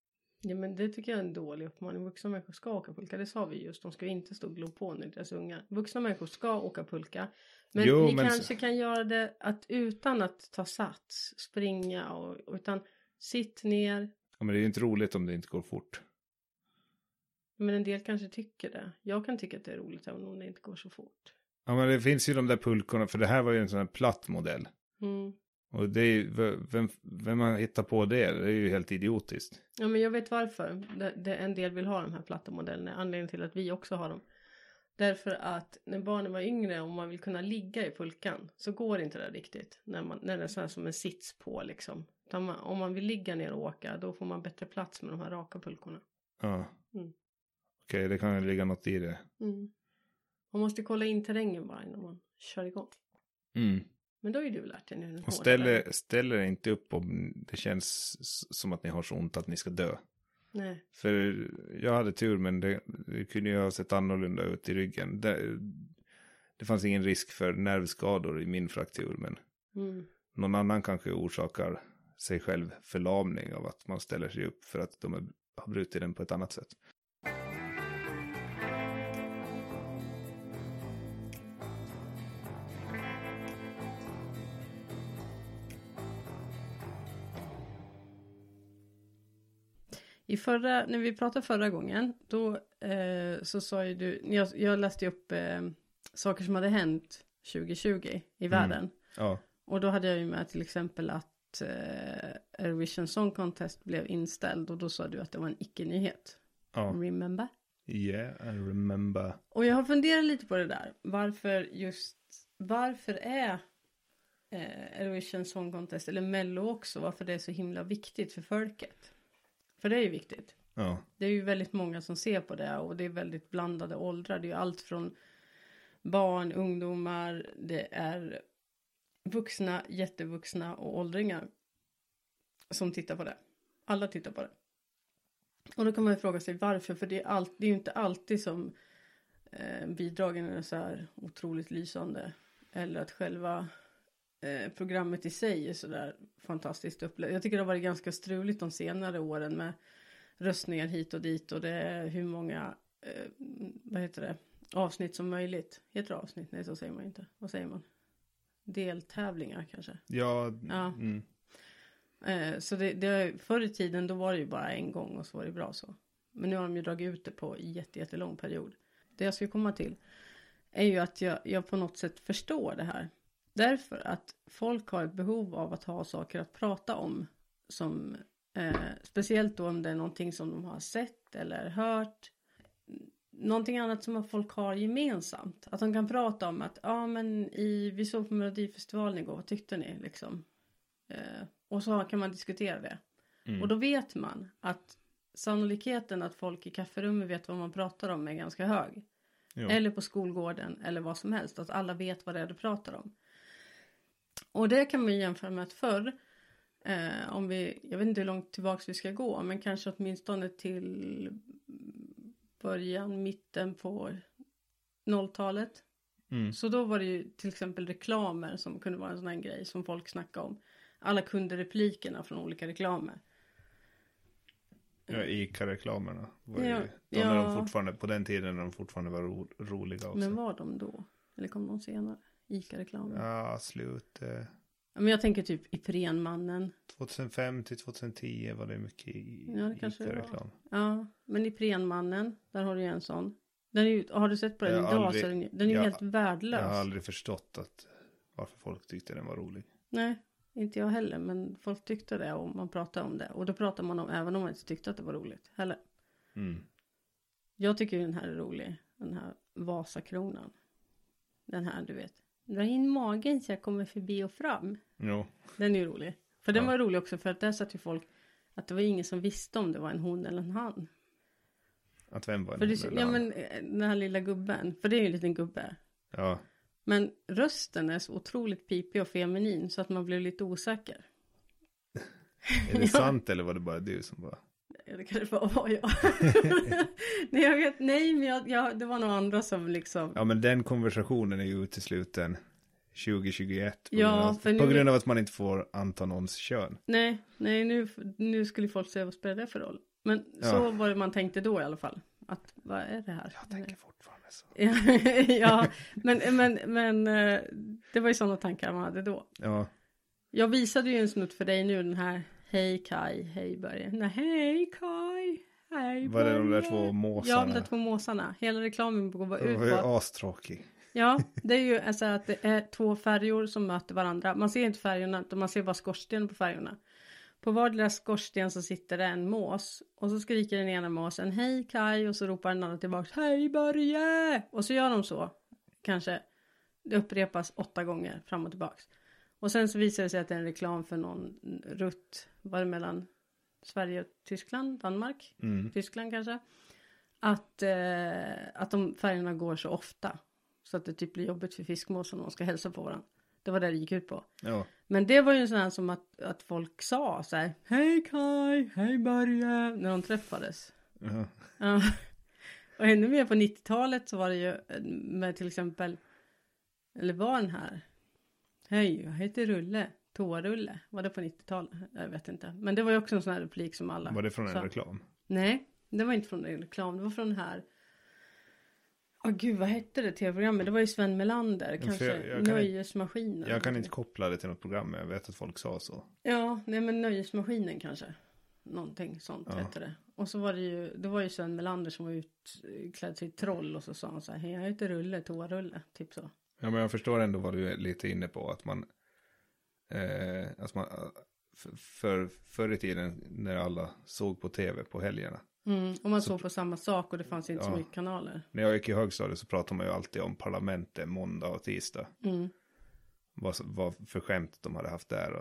Ja, men det tycker jag är en dålig uppmaning. Vuxna människor ska åka pulka. Det sa vi just. De ska inte stå och glo på när deras unga. Vuxna människor ska åka pulka. Men Jo, ni men kanske kan göra det att utan att ta sats, springa utan sitt ner. Ja, men det är ju inte roligt om det inte går fort. Men en del kanske tycker det. Jag kan tycka att det är roligt även om det inte går så fort. Ja, men det finns ju de där pulkorna, för det här var ju en sån här platt modell. Mm. Och det är ju, vem har hittat på det? Det är ju helt idiotiskt. Ja, men jag vet varför. En del vill ha de här platta modellerna. Anledningen till att vi också har dem. Därför att när barnen var yngre och man vill kunna ligga i pulkan så går inte det riktigt. När det är så här som en sits på liksom. Om man vill ligga ner och åka då får man bättre plats med de här raka pulkorna. Ja. Mm. Okej, det kan ju ligga något i det. Mm. Man måste kolla in terrängen bara innan man kör igång. Mm. Men då är du lärt dig nu. Och ställer inte upp om det känns som att ni har så ont att ni ska dö. Nej. För jag hade tur, men det kunde ju ha sett annorlunda ut i ryggen. Det fanns ingen risk för nervskador i min fraktur, men någon annan kanske orsakar sig själv förlamning av att man ställer sig upp för att de har brutit den på ett annat sätt. När vi pratade förra gången, då så sa ju du, jag läste upp saker som hade hänt 2020 i världen. Ja. Och då hade jag ju med till exempel att Eurovision Song Contest blev inställd och då sa du att det var en icke-nyhet. Ja. Remember? Yeah, I remember. Och jag har funderat lite på det där. Varför är Eurovision Song Contest eller Mello också, varför det är så himla viktigt för folket? För det är ju viktigt. Ja. Det är ju väldigt många som ser på det och det är väldigt blandade åldrar. Det är ju allt från barn, ungdomar, det är vuxna, jättevuxna och åldringar som tittar på det. Alla tittar på det. Och då kan man ju fråga sig varför, för det är ju inte alltid som bidragen är så här otroligt lysande. Eller att själva programmet i sig är sådär fantastiskt upplevt. Jag tycker det har varit ganska struligt de senare åren med röstningar hit och dit. Och det är hur många, avsnitt som möjligt. Heter det avsnitt? Nej, så säger man inte. Vad säger man? Deltävlingar kanske. Ja. Mm. Så förr i tiden då var det ju bara en gång och så var det bra så. Men nu har de ju dragit ut det på jättelång period. Det jag ska komma till är ju att jag på något sätt förstår det här. Därför att folk har ett behov av att ha saker att prata om. Som, speciellt då om det är någonting som de har sett eller hört. Någonting annat som folk har gemensamt. Att de kan prata om att vi såg på Melodifestivalen igår, vad tyckte ni liksom? Och så kan man diskutera det. Mm. Och då vet man att sannolikheten att folk i kafferummet vet vad man pratar om är ganska hög. Jo. Eller på skolgården eller vad som helst. Att alla vet vad det är du pratar om. Och det kan man jämföra med att förr. Jag vet inte hur långt tillbaka vi ska gå. Men kanske åtminstone till mitten på 00-talet. Mm. Så då var det ju till exempel reklamer som kunde vara en sån här grej som folk snackade om. Alla kunde replikerna från olika reklamer. Ja, ICA-reklamerna var ju de fortfarande, på den tiden när de fortfarande var roliga också. Men var de då? Eller kom de senare? ICA-reklamer? Ja, slut. Men jag tänker typ Iprenmannen. 2005 till 2010 var det mycket ICA-reklam. Ja, men Iprenmannen, där har du ju en sån. Har du sett på den idag så den är ju helt värdelös. Jag har aldrig förstått varför folk tyckte den var rolig. Nej, inte jag heller. Men folk tyckte det och man pratade om det. Och då pratar man om, även om man inte tyckte att det var roligt heller. Mm. Jag tycker ju den här är rolig. Den här Vasakronan. Den här, du vet. Dra in magen så jag kommer förbi och fram. Jo. Den är ju rolig. För den var rolig också för att där satt ju folk. Att det var ingen som visste om det var en hon eller en han. Att vem var en hon eller han? Ja, men den här lilla gubben. För det är ju en liten gubbe. Ja. Men rösten är så otroligt pipig och feminin så att man blev lite osäker. Är det sant eller var det bara du som var? Det kanske bara var jag. Nej, jag vet, men det var några andra som liksom... Ja, men den konversationen är ju utesluten 2021. På grund av att man inte får anta någons kön. Nej, nu skulle folk säga vad spelar det för roll. Men så var det man tänkte då i alla fall. Att, vad är det här? Jag tänker fortfarande så. Ja, men det var ju sådana tankar man hade då. Ja. Jag visade ju en snutt för dig nu, den här Hej Kai, hej Börje. Nej, hej Kai, hej Börje. Var det de där två måsarna? Ja, de där två måsarna. Hela reklamen går ut på. Det var ju astråkig. Ja, det är ju alltså att det är två färjor som möter varandra. Man ser inte färjorna, utan man ser bara skorstenen på färjorna. På vardera skorsten så sitter det en mås. Och så skriker den ena måsen hej Kai, och så ropar den andra tillbaka hej Börje. Och så gör de så. Kanske det upprepas 8 gånger fram och tillbaks. Och sen så visar det sig att det är en reklam för någon rutt. Var det mellan Sverige och Tyskland, Danmark, Tyskland kanske. Att de färgerna går så ofta. Så att det typ blir jobbigt för fiskmås om de ska hälsa på varandra. Det var det gick ut på. Ja. Men det var ju en sån här som att folk sa så här hej Kai, hej Börje, när de träffades. Ja. Och ännu mer på 90-talet så var det ju med till exempel, eller var den här hej, jag heter Rulle, Toarulle. Var det på 90-talet? Jag vet inte. Men det var ju också en sån här replik som alla var det från en sa. reklam? Nej, det var inte från en reklam. Det var från den här. Gud, vad hette det tv-programmet? Det var ju Sven Melander. Kanske Nöjesmaskinen. Jag kan inte koppla det till något program. Men jag vet att folk sa så. Ja, nej men Nöjesmaskinen kanske. Någonting sånt hette det. Och så var det var ju Sven Melander som var utklädd sig troll. Och så sa han så här, hej jag heter Rulle, Toarulle. Typ så. Ja, men jag förstår ändå vad du är lite inne på. Att man förr i tiden när alla såg på tv på helgerna. Och man såg på samma sak och det fanns inte så mycket kanaler. När jag gick i högstadiet så pratade man ju alltid om parlamentet måndag och tisdag. Vad för skämt de hade haft där. Och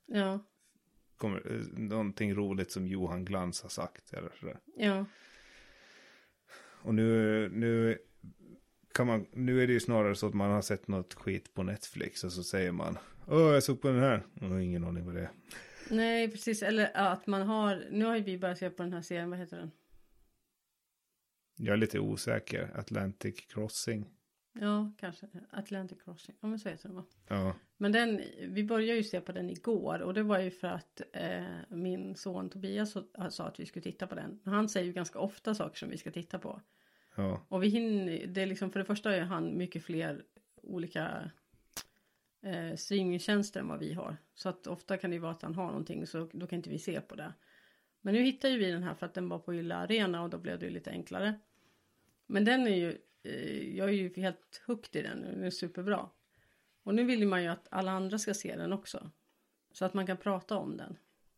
någonting roligt som Johan Glans har sagt. Eller sådär. Ja. Och nu är det ju snarare så att man har sett något skit på Netflix och så säger man jag såg på den här. Ingen aning vad det är. Nej, precis. Eller att man har... Nu har ju vi börjat se på den här serien. Vad heter den? Jag är lite osäker. Atlantic Crossing. Ja, kanske. Atlantic Crossing. Ja, men så heter den va? Ja. Men vi började ju se på den igår. Och det var ju för att min son Tobias sa att vi skulle titta på den. Han säger ju ganska ofta saker som vi ska titta på. Ja. Och vi hinner... Det är liksom, för det första är han mycket fler olika... streamingtjänster än vad vi har. Så att ofta kan det ju vara att han har någonting så då kan inte vi se på det. Men nu hittar ju vi den här för att den var på Yle Arena och då blev det ju lite enklare. Men den är ju, jag är ju helt hooked i den, den är superbra. Och nu vill man ju att alla andra ska se den också. Så att man kan prata om den.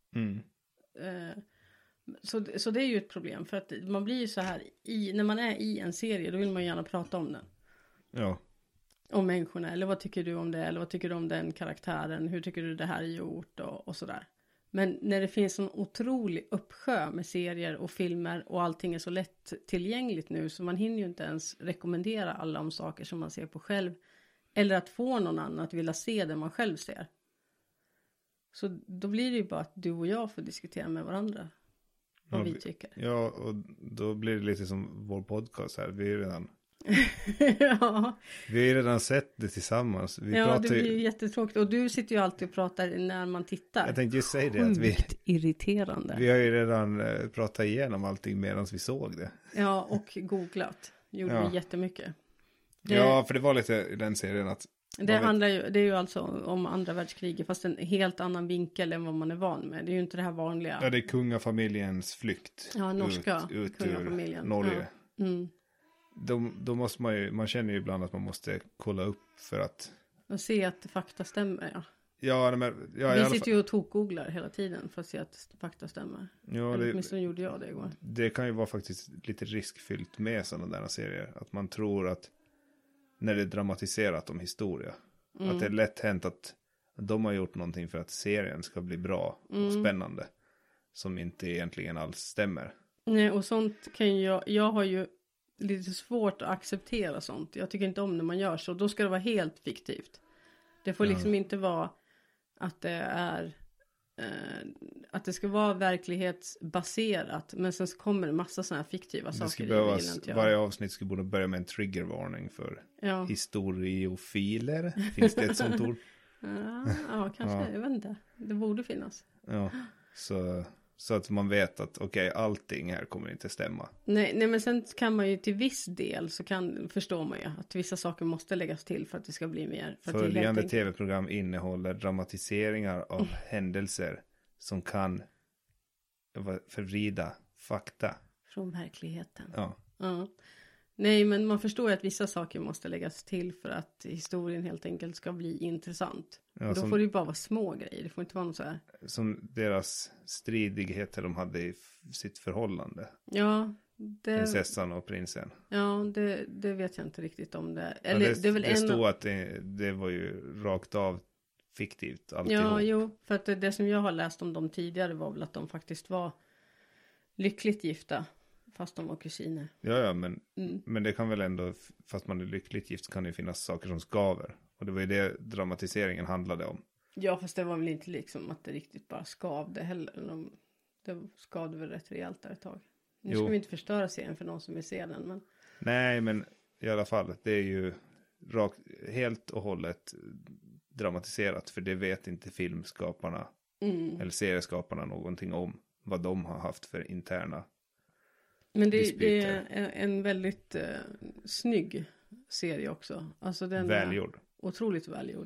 Så det är ju ett problem för att man blir ju så här, när man är i en serie då vill man gärna prata om den. Ja. Om människorna, eller vad tycker du om det, eller vad tycker du om den karaktären, hur tycker du det här är gjort och sådär. Men när det finns en otrolig uppsjö med serier och filmer och allting är så lätt tillgängligt nu så man hinner ju inte ens rekommendera alla de saker som man ser på själv eller att få någon annan att vilja se det man själv ser. Så då blir det ju bara att du och jag får diskutera med varandra vad vi tycker. Ja, och då blir det lite som vår podcast här, vi är redan... Ja. Vi har redan sett det tillsammans. Det blir ju jättetråkigt. Och du sitter ju alltid och pratar när man tittar. Jag tänkte ju säga det att Sjukt irriterande. Vi har ju redan pratat igenom allting medan vi såg det. Ja, och googlat. Gjorde vi jättemycket. Ja, för det var lite i den serien att... Det är ju alltså om andra världskriget fast en helt annan vinkel än vad man är van med. Det är ju inte det här vanliga. Ja, det är kungafamiljens flykt. Ja, norska ut kungafamiljen. Ur Norge. Ja. Mm. Då måste man känner ju ibland att man måste kolla upp för att... Och se att fakta stämmer, ja. Vi sitter ju och tokgooglar hela tiden för att se att fakta stämmer. Ja, åtminstone gjorde jag det igår. Det kan ju vara faktiskt lite riskfyllt med sådana där serier. Att man tror att när det är dramatiserat om historia. Att det är lätt hänt att de har gjort någonting för att serien ska bli bra och spännande. Som inte egentligen alls stämmer. Nej, och sånt kan jag har ju lite svårt att acceptera sånt. Jag tycker inte om när man gör så. Då ska det vara helt fiktivt. Det får liksom inte vara att det är att det ska vara verklighetsbaserat. Men sen så kommer det massa sådana här fiktiva saker. Varje avsnitt ska borde börja med en triggervarning för historiofiler. Finns det ett sånt ord? Ja, kanske. Jag vet inte. Det borde finnas. Ja, så... Så att man vet att okej, allting här kommer inte stämma. Nej, men sen kan man ju till viss del så förstår man ju att vissa saker måste läggas till för att det ska bli mer. Följande tv-program innehåller dramatiseringar av händelser som kan förvrida fakta. Från verkligheten. Ja. Nej, men man förstår ju att vissa saker måste läggas till för att historien helt enkelt ska bli intressant. Ja, då får det ju bara vara små grejer. Det får inte vara något så här. Som deras stridigheter de hade i sitt förhållande. Ja. Prinsessan och prinsen. Ja, det vet jag inte riktigt om det. Eller, ja, det är väl det stod att det var ju rakt av fiktivt alltihop. Ja, jo. För att det som jag har läst om dem tidigare var väl att de faktiskt var lyckligt gifta. Fast de var kusiner. Ja, men det kan väl ändå, fast man är lyckligt gift, kan det ju finnas saker som skaver. Och det var ju det dramatiseringen handlade om. Ja, fast det var väl inte liksom att det riktigt bara skavde heller. Det skavde väl rätt rejält där ett tag. Nu ska vi inte förstöra serien för någon som vill se den. Men... Nej, men i alla fall, det är ju helt och hållet dramatiserat. För det vet inte filmskaparna eller serieskaparna någonting om. Vad de har haft för interna. Men det är en väldigt snygg serie också. Alltså den välgjord. Är otroligt välgjord.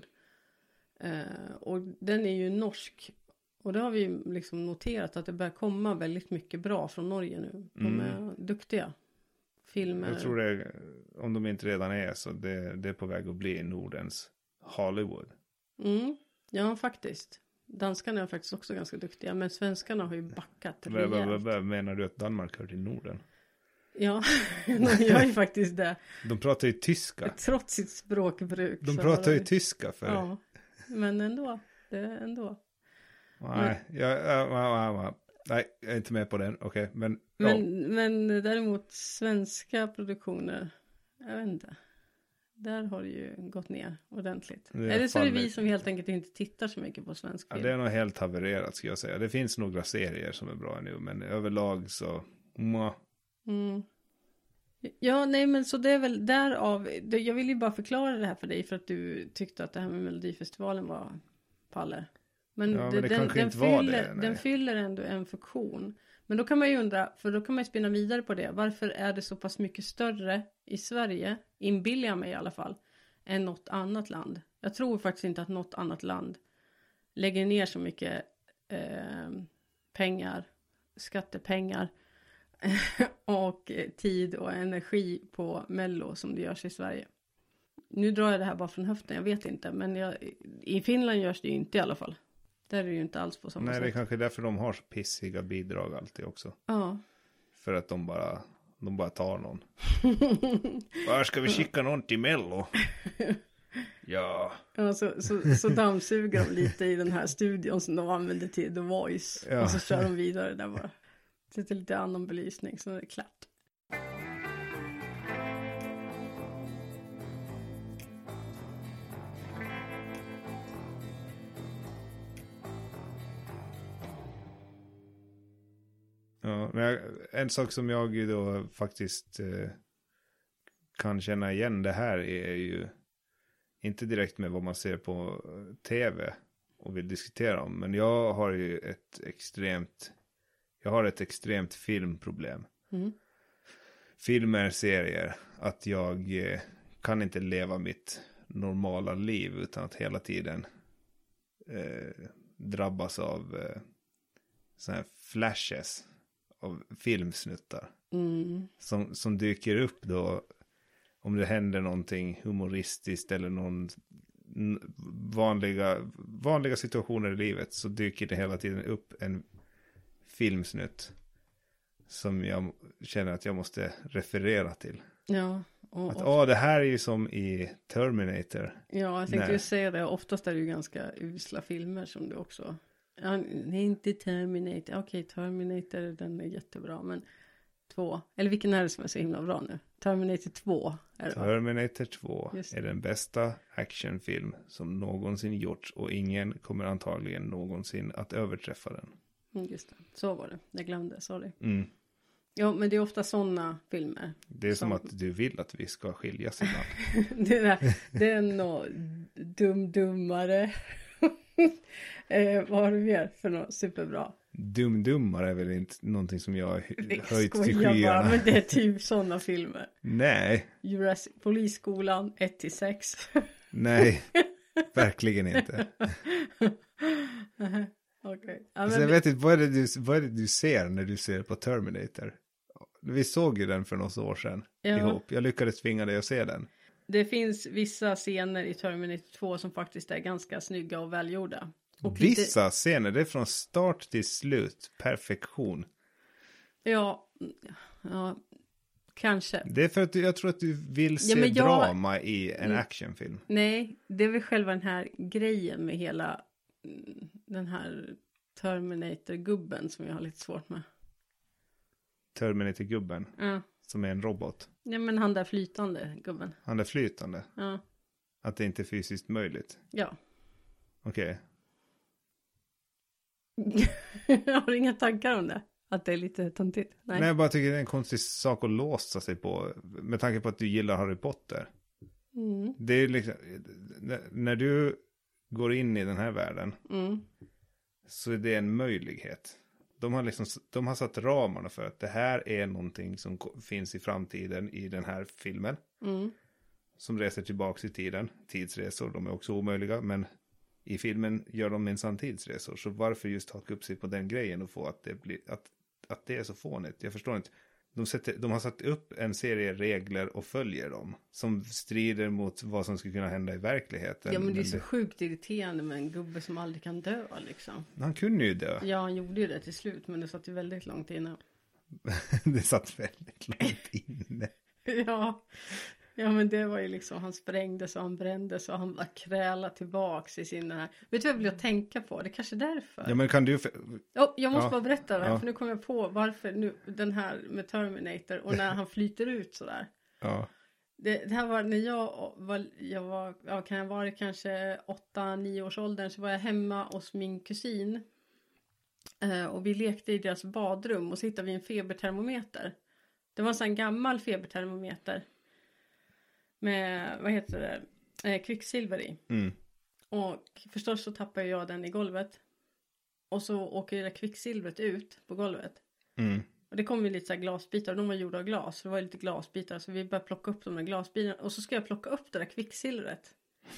Och den är ju norsk. Och det har vi liksom noterat att det börjar komma väldigt mycket bra från Norge nu. De är duktiga. Filmer. Jag tror det, om de inte redan är så, det är på väg att bli Nordens Hollywood. Ja, faktiskt. Danskarna är faktiskt också ganska duktiga. Men svenskarna har ju backat rejält. Vad menar du att Danmark hör till Norden? Ja, de gör ju faktiskt det. De pratar ju tyska. Trots sitt språkbruk. De pratar ju tyska för. Ja, men ändå. Det är ändå. Nej, nej, jag är inte med på den. Okej, men däremot svenska produktioner, jag vet inte. Där har det ju gått ner ordentligt. Är det så är vi som helt enkelt inte tittar så mycket på svensk film? Ja, det är nog helt havererat, ska jag säga. Det finns några serier som är bra nu, men överlag så... Ja, nej, men så det är väl därav... Jag vill ju bara förklara det här för dig för att du tyckte att det här med Melodifestivalen var paller. Men, den fyller ändå en funktion. Men då kan man ju undra, för då kan man ju spinna vidare på det. Varför är det så pass mycket större i Sverige, inbillar jag mig i alla fall, än något annat land? Jag tror faktiskt inte att något annat land lägger ner så mycket pengar, skattepengar och tid och energi på Mello som det görs i Sverige. Nu drar jag det här bara från höften, jag vet inte. Men i Finland görs det ju inte i alla fall. Där är det ju inte alls på samma sätt. Nej, det är kanske därför de har så pissiga bidrag alltid också. Ja. För att de bara tar någon. Var ska vi skicka någon till Mello? Ja. Ja, så dammsuger de lite i den här studion som de använder till The Voice. Ja. Och så kör de vidare där bara. Sätter lite annan belysning så är det klart. Ja, men en sak som jag då faktiskt kan känna igen det här är ju inte direkt med vad man ser på tv och vill diskutera om, men jag har ju ett extremt filmproblem. Filmer, serier, att jag kan inte leva mitt normala liv utan att hela tiden drabbas av såna här flashes av filmsnuttar som dyker upp då om det händer någonting humoristiskt eller någon vanliga situationer i livet, så dyker det hela tiden upp en filmsnutt som jag känner att jag måste referera till. Ja. Att det här är ju som i Terminator. Ja, jag tänkte ju säga det. Oftast är det ju ganska usla filmer som du också... Ja, det är inte Terminator. Okej, Terminator, den är jättebra. Men 2. Eller vilken är det som är så himla bra nu? Terminator 2 är det. Terminator 2 är den bästa actionfilm som någonsin gjorts. Och ingen kommer antagligen någonsin att överträffa den. Just det. Så var det. Jag glömde, sorry. Ja, men det är ofta sådana filmer. Det är som att du vill att vi ska skiljas ibland. det är nog dummare. Vad har du mer för något superbra? Dum-dummar är väl inte någonting som jag har höjt till Skojar skyarna. bara, men det är typ sådana filmer. Nej, Polisskolan 1-6. nej, verkligen inte. Okej. Ja, Alltså, jag vet inte, vad är det du ser när du ser på Terminator? Vi såg ju den för några år sedan ihop. Jag lyckades tvinga dig att se den. Det finns vissa scener i Terminator 2 som faktiskt är ganska snygga och välgjorda. Och Vissa scener, det är från start till slut. Perfektion. Ja, kanske. Det är för att jag tror att du vill se drama i en actionfilm. Nej, det är väl själva den här grejen med hela den här Terminator-gubben som jag har lite svårt med. Terminator-gubben? Ja. Som är en robot? Ja, men han där flytande gubben. Han är flytande? Ja. Att det inte är fysiskt möjligt? Ja. Okej. Jag har inga tankar om det. Att det är lite töntigt. Nej, jag bara tycker det är en konstig sak att låsa sig på. Med tanke på att du gillar Harry Potter. Mm. Det är liksom, när du går in i den här världen. Så är det en möjlighet. De har satt ramarna för att det här är någonting som finns i framtiden i den här filmen. Som reser tillbaka i tiden. Tidsresor, de är också omöjliga. Men i filmen gör de minsann tidsresor. Så varför just haka upp sig på den grejen och få att det blir att det är så fånigt? Jag förstår inte. De har satt upp en serie regler och följer dem. Som strider mot vad som skulle kunna hända i verkligheten. Ja, men det är så sjukt irriterande med en gubbe som aldrig kan dö liksom. Han kunde ju dö. Ja, han gjorde ju det till slut. Men det satt ju väldigt långt inne. Det satt väldigt långt inne. Ja, men det var ju liksom, han sprängdes och han brändes och han var kräla tillbaks i sin den här. Vet du vad jag vill tänka på? Det är kanske därför. Ja, men kan du... Jag måste bara berätta det här, för nu kommer jag på varför nu, den här med Terminator och när han flyter ut sådär. Ja. Det här var när jag var kan jag vara kanske 8-9 års åldern, så var jag hemma hos min kusin. Och vi lekte i deras badrum och så hittade vi en febertermometer. Det var en sån gammal febertermometer. Med, vad heter det, kvicksilver i. Och förstås så tappar jag den i golvet. Och så åker det där kvicksilvret ut på golvet. Och det kom ju lite så här glasbitar. Och de var gjorda av glas. Så det var lite glasbitar. Så vi började plocka upp de där glasbitarna. Och så ska jag plocka upp det där kvicksilvret.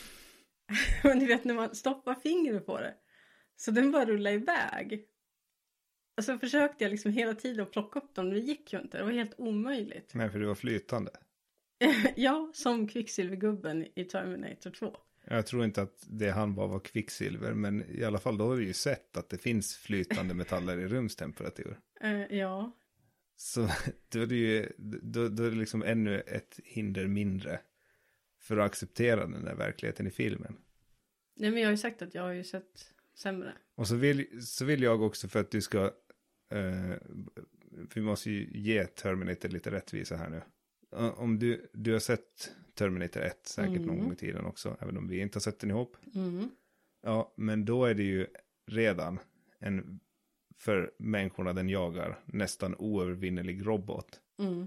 Och ni vet när man stoppar fingret på det. Så den bara rullade iväg. Och så försökte jag liksom hela tiden att plocka upp dem. Men det gick ju inte. Det var helt omöjligt. Nej, för du var flytande. Ja, som kvicksilvergubben i Terminator 2. Jag tror inte att det han var kvicksilver. Men i alla fall då har vi ju sett att det finns flytande metaller i rumstemperatur. Ja. Så då är det ju då är det liksom ännu ett hinder mindre för att acceptera den där verkligheten i filmen. Nej, men jag har ju sagt att jag har ju sett sämre. Och så vill jag också, för att du ska vi måste ju ge Terminator lite rättvisa här nu. Om du har sett Terminator 1 säkert någon gång i tiden också, även om vi inte har sett den ihop. Ja, men då är det ju redan en, för människorna den jagar, nästan oövervinnelig robot.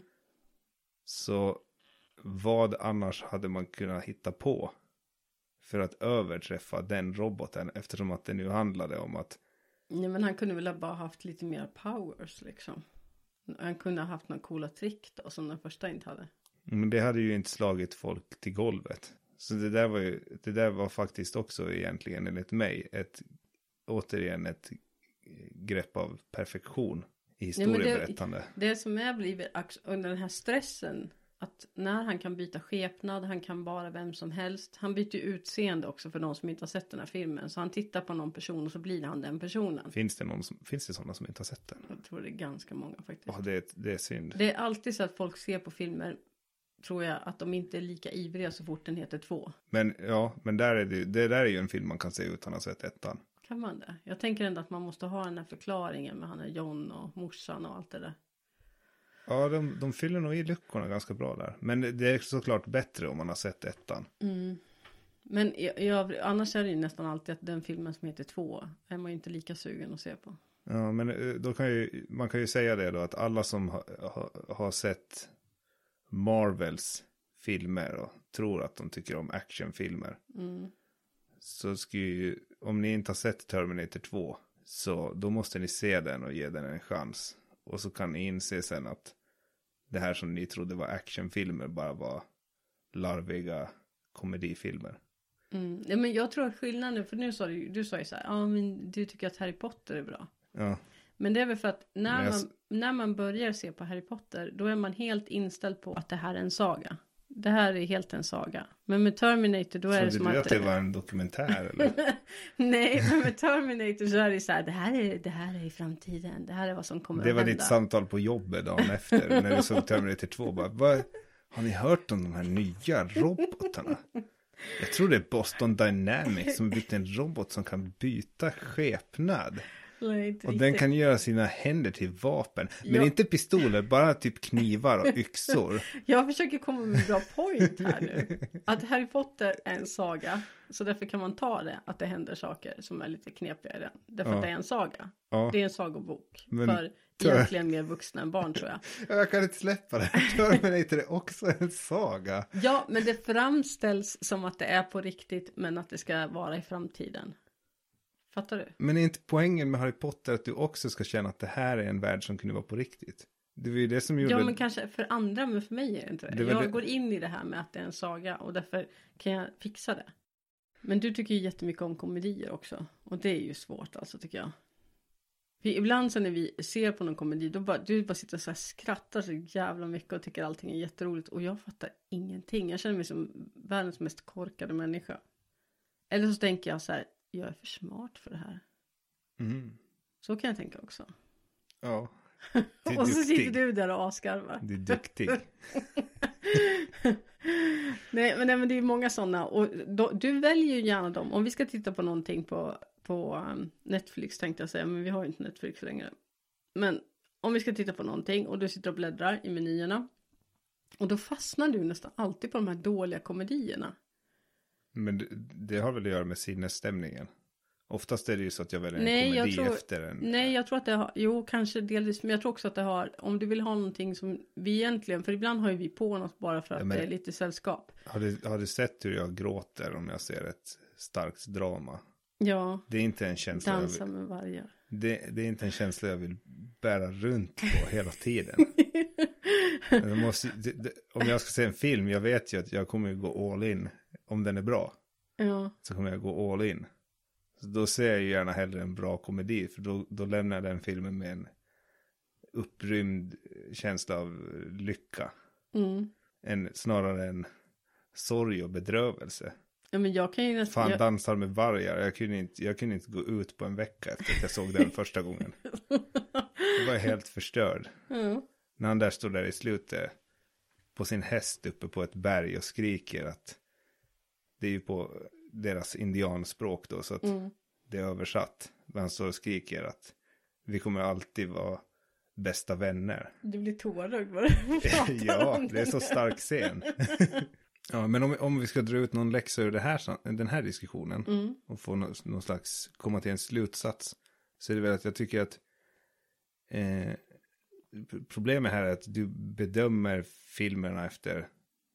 Så vad annars hade man kunnat hitta på för att överträffa den roboten, eftersom att det nu handlade om att... Nej, men han kunde väl bara haft lite mer powers liksom. Han kunde ha haft några coola trick då, som den första inte hade. Men det hade ju inte slagit folk till golvet. Så det där var faktiskt också egentligen enligt mig återigen ett grepp av perfektion i historieberättande. Ja, det som är blivit under den här stressen, att när han kan byta skepnad, han kan vara vem som helst. Han byter ju utseende också för de som inte har sett den här filmen. Så han tittar på någon person och så blir han den personen. Finns det sådana som inte har sett den? Jag tror det är ganska många faktiskt. Ja, det är synd. Det är alltid så att folk ser på filmer, tror jag, att de inte är lika ivriga så fort den heter 2. Men ja, men det där är ju en film man kan se utan att ha sett ettan. Kan man det? Jag tänker ändå att man måste ha den här förklaringen med han är John och morsan och allt det där. Ja, de fyller nog i luckorna ganska bra där. Men det är såklart bättre om man har sett ettan. Men annars är det ju nästan alltid att den filmen som heter 2 är man ju inte lika sugen att se på. Ja, men då man kan ju säga det då, att alla som har sett Marvels filmer och tror att de tycker om actionfilmer. Så ska ju, om ni inte har sett Terminator 2, Så då måste ni se den och ge den en chans. Och så kan ni inse sen att det här som ni trodde var actionfilmer bara var larviga komedifilmer. Ja, men jag tror att skillnaden, för nu sa du sa ju så här, ja men du tycker att Harry Potter är bra. Ja. Men det är väl för att när man börjar se på Harry Potter, då är man helt inställd på att det här är en saga. Det här är helt en saga. Men med Terminator då är det som att... det var en dokumentär eller? Nej, men med Terminator så är det så här, det här är i framtiden. Det här är vad som kommer att hända. Det var ditt samtal på jobbet dagen efter när du såg Terminator 2. Bara, har ni hört om de här nya robotarna? Jag tror det är Boston Dynamics som byggt en robot som kan byta skepnad. Och den kan göra sina händer till vapen. Men inte pistoler, bara typ knivar och yxor. Jag försöker komma med en bra point här nu. Att Harry Potter är en saga. Så därför kan man ta det, att det händer saker som är lite knepiga i den. Därför att det är en saga. Ja. Det är en sagobok. Men för egentligen mer vuxna än barn, tror jag. Jag kan inte släppa det. Terminator är också en saga. Ja, men det framställs som att det är på riktigt, men att det ska vara i framtiden. Fattar du? Men är inte poängen med Harry Potter att du också ska känna att det här är en värld som kunde vara på riktigt? Det var ju det som gjorde... Ja, men kanske för andra, men för mig är det inte det. Jag går in i det här med att det är en saga och därför kan jag fixa det. Men du tycker ju jättemycket om komedier också. Och det är ju svårt alltså, tycker jag. För ibland så när vi ser på någon komedi, du bara sitter och så här skrattar så jävla mycket och tycker allting är jätteroligt. Och jag fattar ingenting. Jag känner mig som världens mest korkade människa. Eller så tänker jag så här, jag är för smart för det här. Mm. Så kan jag tänka också. Ja. Och så sitter du där och askarvar. Du är duktig. nej, men det är många sådana. Och du väljer ju gärna dem. Om vi ska titta på någonting på Netflix tänkte jag säga. Men vi har ju inte Netflix längre. Men om vi ska titta på någonting och du sitter och bläddrar i menyerna. Och då fastnar du nästan alltid på de här dåliga komedierna. Men det har väl att göra med sinnesstämningen. Oftast är det ju så att jag väljer en komedi efter en... Nej, jag tror att det har... Jo, kanske delvis. Men jag tror också att det har... Om du vill ha någonting som vi egentligen... För ibland har ju vi på något bara för att det är lite sällskap. Har du sett hur jag gråter om jag ser ett starkt drama? Ja. Det är inte en känsla... Dansa med vargar. Det är inte en känsla jag vill bära runt på hela tiden. Om jag ska se en film, jag vet ju att jag kommer gå all in. Om den är bra. Ja. Så kommer jag gå all in. Så då ser jag ju gärna hellre en bra komedi. För då lämnar jag den filmen med en upprymd känsla av lycka. Snarare än sorg och bedrövelse. Ja, men jag kan ju nästan... Dansar med vargar. Jag kunde inte gå ut på en vecka efter att jag såg den första gången. Jag var helt förstörd. När han där står där i slutet på sin häst uppe på ett berg och skriker att det är ju på deras indianspråk då, så att det är översatt. Han står och skriker att vi kommer alltid vara bästa vänner. Du blir tårögd vad du pratar Ja, det är så stark scen. Ja, men om vi ska dra ut någon läxa ur den här diskussionen och få någon slags, komma till en slutsats, så är det väl att jag tycker att problemet här är att du bedömer filmerna efter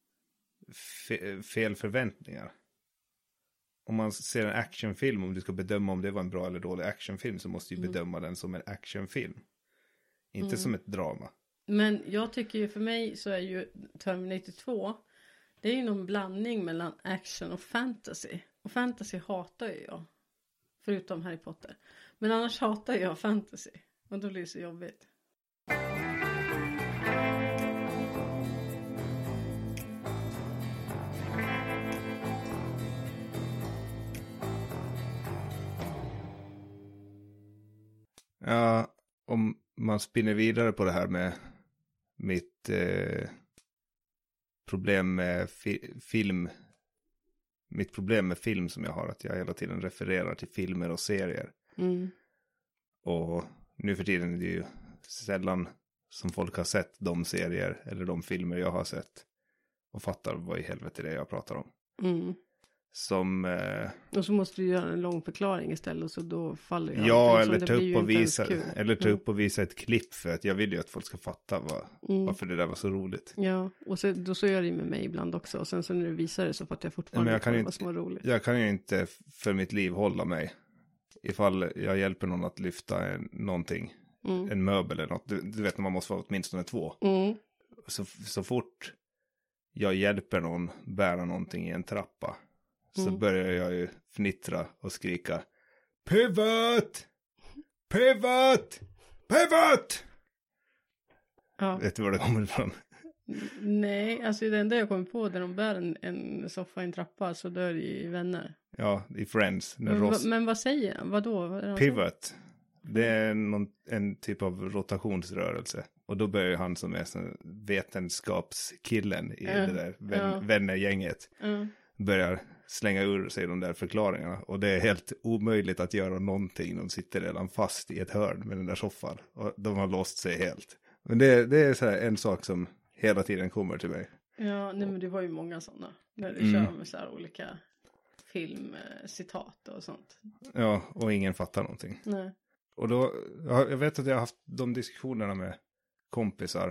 fel förväntningar. Om man ser en actionfilm, om du ska bedöma om det var en bra eller dålig actionfilm, så måste du bedöma den som en actionfilm. Inte som ett drama. Men jag tycker ju, för mig så är ju Terminator 2, det är ju någon blandning mellan action och fantasy. Och fantasy hatar ju jag. Förutom Harry Potter. Men annars hatar jag fantasy. Och då blir det så jobbigt. Ja, om man spinner vidare på det här med mitt problem med film. Mitt problem med film som jag har, att jag hela tiden refererar till filmer och serier. Och nu för tiden är det ju sällan som folk har sett de serier eller de filmer jag har sett och fattar vad i helvete det är jag pratar om. Och så måste du göra en lång förklaring istället, och så då faller jag. Ja, eller ta upp och visa ett klipp, för att jag vill ju att folk ska fatta varför det där var så roligt. Ja, och då så gör det med mig ibland också, och sen så när du visar det så fattar jag fortfarande vad som var roligt. Jag kan ju inte för mitt liv hålla mig ifall jag hjälper någon att lyfta någonting, en möbel eller något. Du vet när man måste vara åtminstone 2. Så fort jag hjälper någon bära någonting i en trappa så börjar jag ju fnittra och skrika pivot! Pivot! Pivot! Ja. Vet du var det kommer ifrån? Nej, alltså det enda jag kommer på där de bär en soffa i en trappa så dör i Vänner. Ja, i Friends. Men vad säger han? Vadå? Pivot. Det är en typ av rotationsrörelse. Och då börjar han som är vetenskapskillen i det där vännergänget. Börjar slänga ur sig de där förklaringarna. Och det är helt omöjligt att göra någonting. De sitter redan fast i ett hörn med den där soffan. Och de har låst sig helt. Men det är så här en sak som hela tiden kommer till mig. Ja, nej men det var ju många sådana. När du kör med så här olika filmcitat och sånt. Ja, och ingen fattar någonting. Nej. Och då, jag vet att jag har haft de diskussionerna med kompisar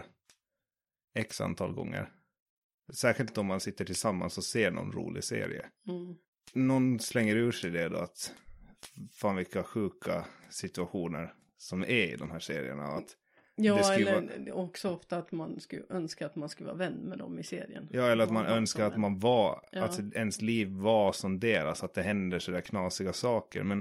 x antal gånger. Särskilt om man sitter tillsammans och ser någon rolig serie. Någon slänger ur sig det då att fan vilka sjuka situationer som är i de här serierna. Att ja, eller också ofta att man skulle önska att man skulle vara vän med dem i serien. Ja, eller att man önskar att man var, att ens liv var som deras, att det händer så där knasiga saker. Men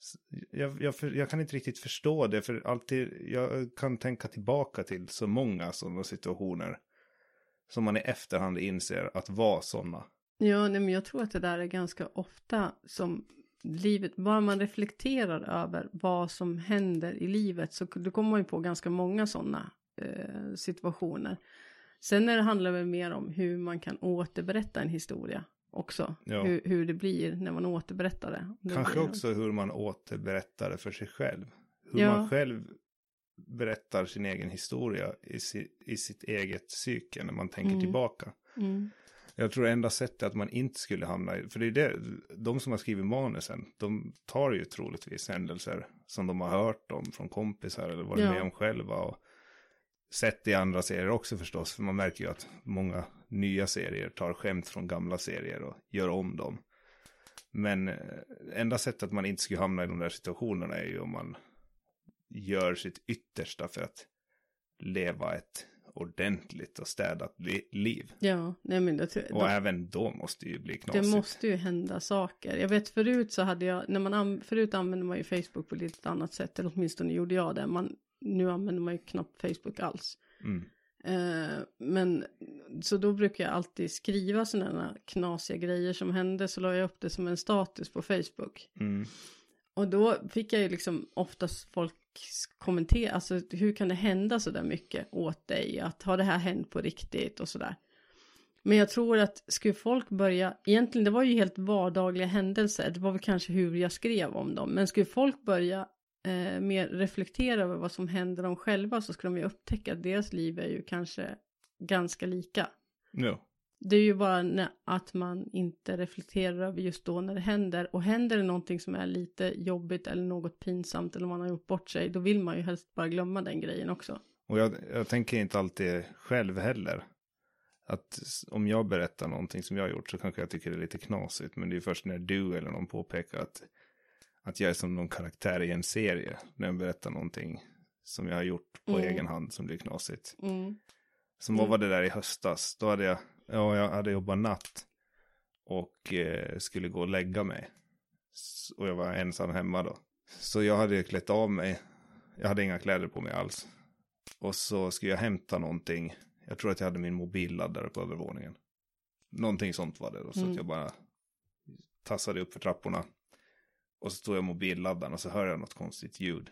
jag kan inte riktigt förstå det, för alltid, jag kan tänka tillbaka till så många sådana situationer som man i efterhand inser att var sådana. Ja, nej, men jag tror att det där är ganska ofta som livet, bara man reflekterar över vad som händer i livet så då kommer man ju på ganska många sådana situationer. Sen när det handlar väl mer om hur man kan återberätta en historia också. Ja. Hur det blir när man återberättar det. Kanske också hur man återberättar det för sig själv. Hur man själv berättar sin egen historia i sitt eget psyke när man tänker tillbaka. Jag tror enda sättet att man inte skulle hamna i, för det är det, de som har skrivit manusen, de tar ju troligtvis händelser som de har hört om från kompisar eller varit med om själva och sett i andra serier också förstås, för man märker ju att många nya serier tar skämt från gamla serier och gör om dem. Men enda sättet att man inte skulle hamna i de där situationerna är ju om man gör sitt yttersta för att leva ett ordentligt och städat liv. Ja, nej men och även då måste ju bli knasigt. Det måste ju hända saker. Jag vet förut så hade jag, förut använde man ju Facebook på lite annat sätt, eller åtminstone gjorde jag det. Nu använder man ju knappt Facebook alls. Men så då brukar jag alltid skriva sådana knasiga grejer som hände, så la jag upp det som en status på Facebook. Och då fick jag ju liksom oftast folk kommentera, alltså hur kan det hända så där mycket åt dig, att har det här hänt på riktigt och sådär. Men jag tror att skulle folk börja, egentligen det var ju helt vardagliga händelser, det var väl kanske hur jag skrev om dem, men skulle folk börja mer reflektera över vad som händer dem själva, så skulle de ju upptäcka att deras liv är ju kanske ganska lika. Ja. Det är ju bara att man inte reflekterar över just då när det händer. Och händer det någonting som är lite jobbigt eller något pinsamt eller man har gjort bort sig, då vill man ju helst bara glömma den grejen också. Och jag tänker inte alltid själv heller. Att om jag berättar någonting som jag har gjort så kanske jag tycker det är lite knasigt. Men det är först när du eller någon påpekar att jag är som någon karaktär i en serie. När jag berättar någonting som jag har gjort på egen hand som blir knasigt. Som vad var det där i höstas? Då hade jag hade jobbat natt. Och skulle gå och lägga mig. Och jag var ensam hemma då. Så jag hade klätt av mig. Jag hade inga kläder på mig alls. Och så skulle jag hämta någonting. Jag tror att jag hade min mobilladdare på övervåningen. Någonting sånt var det då. Så att jag bara tassade upp för trapporna. Och så stod jag mobilladdaren och så hör jag något konstigt ljud.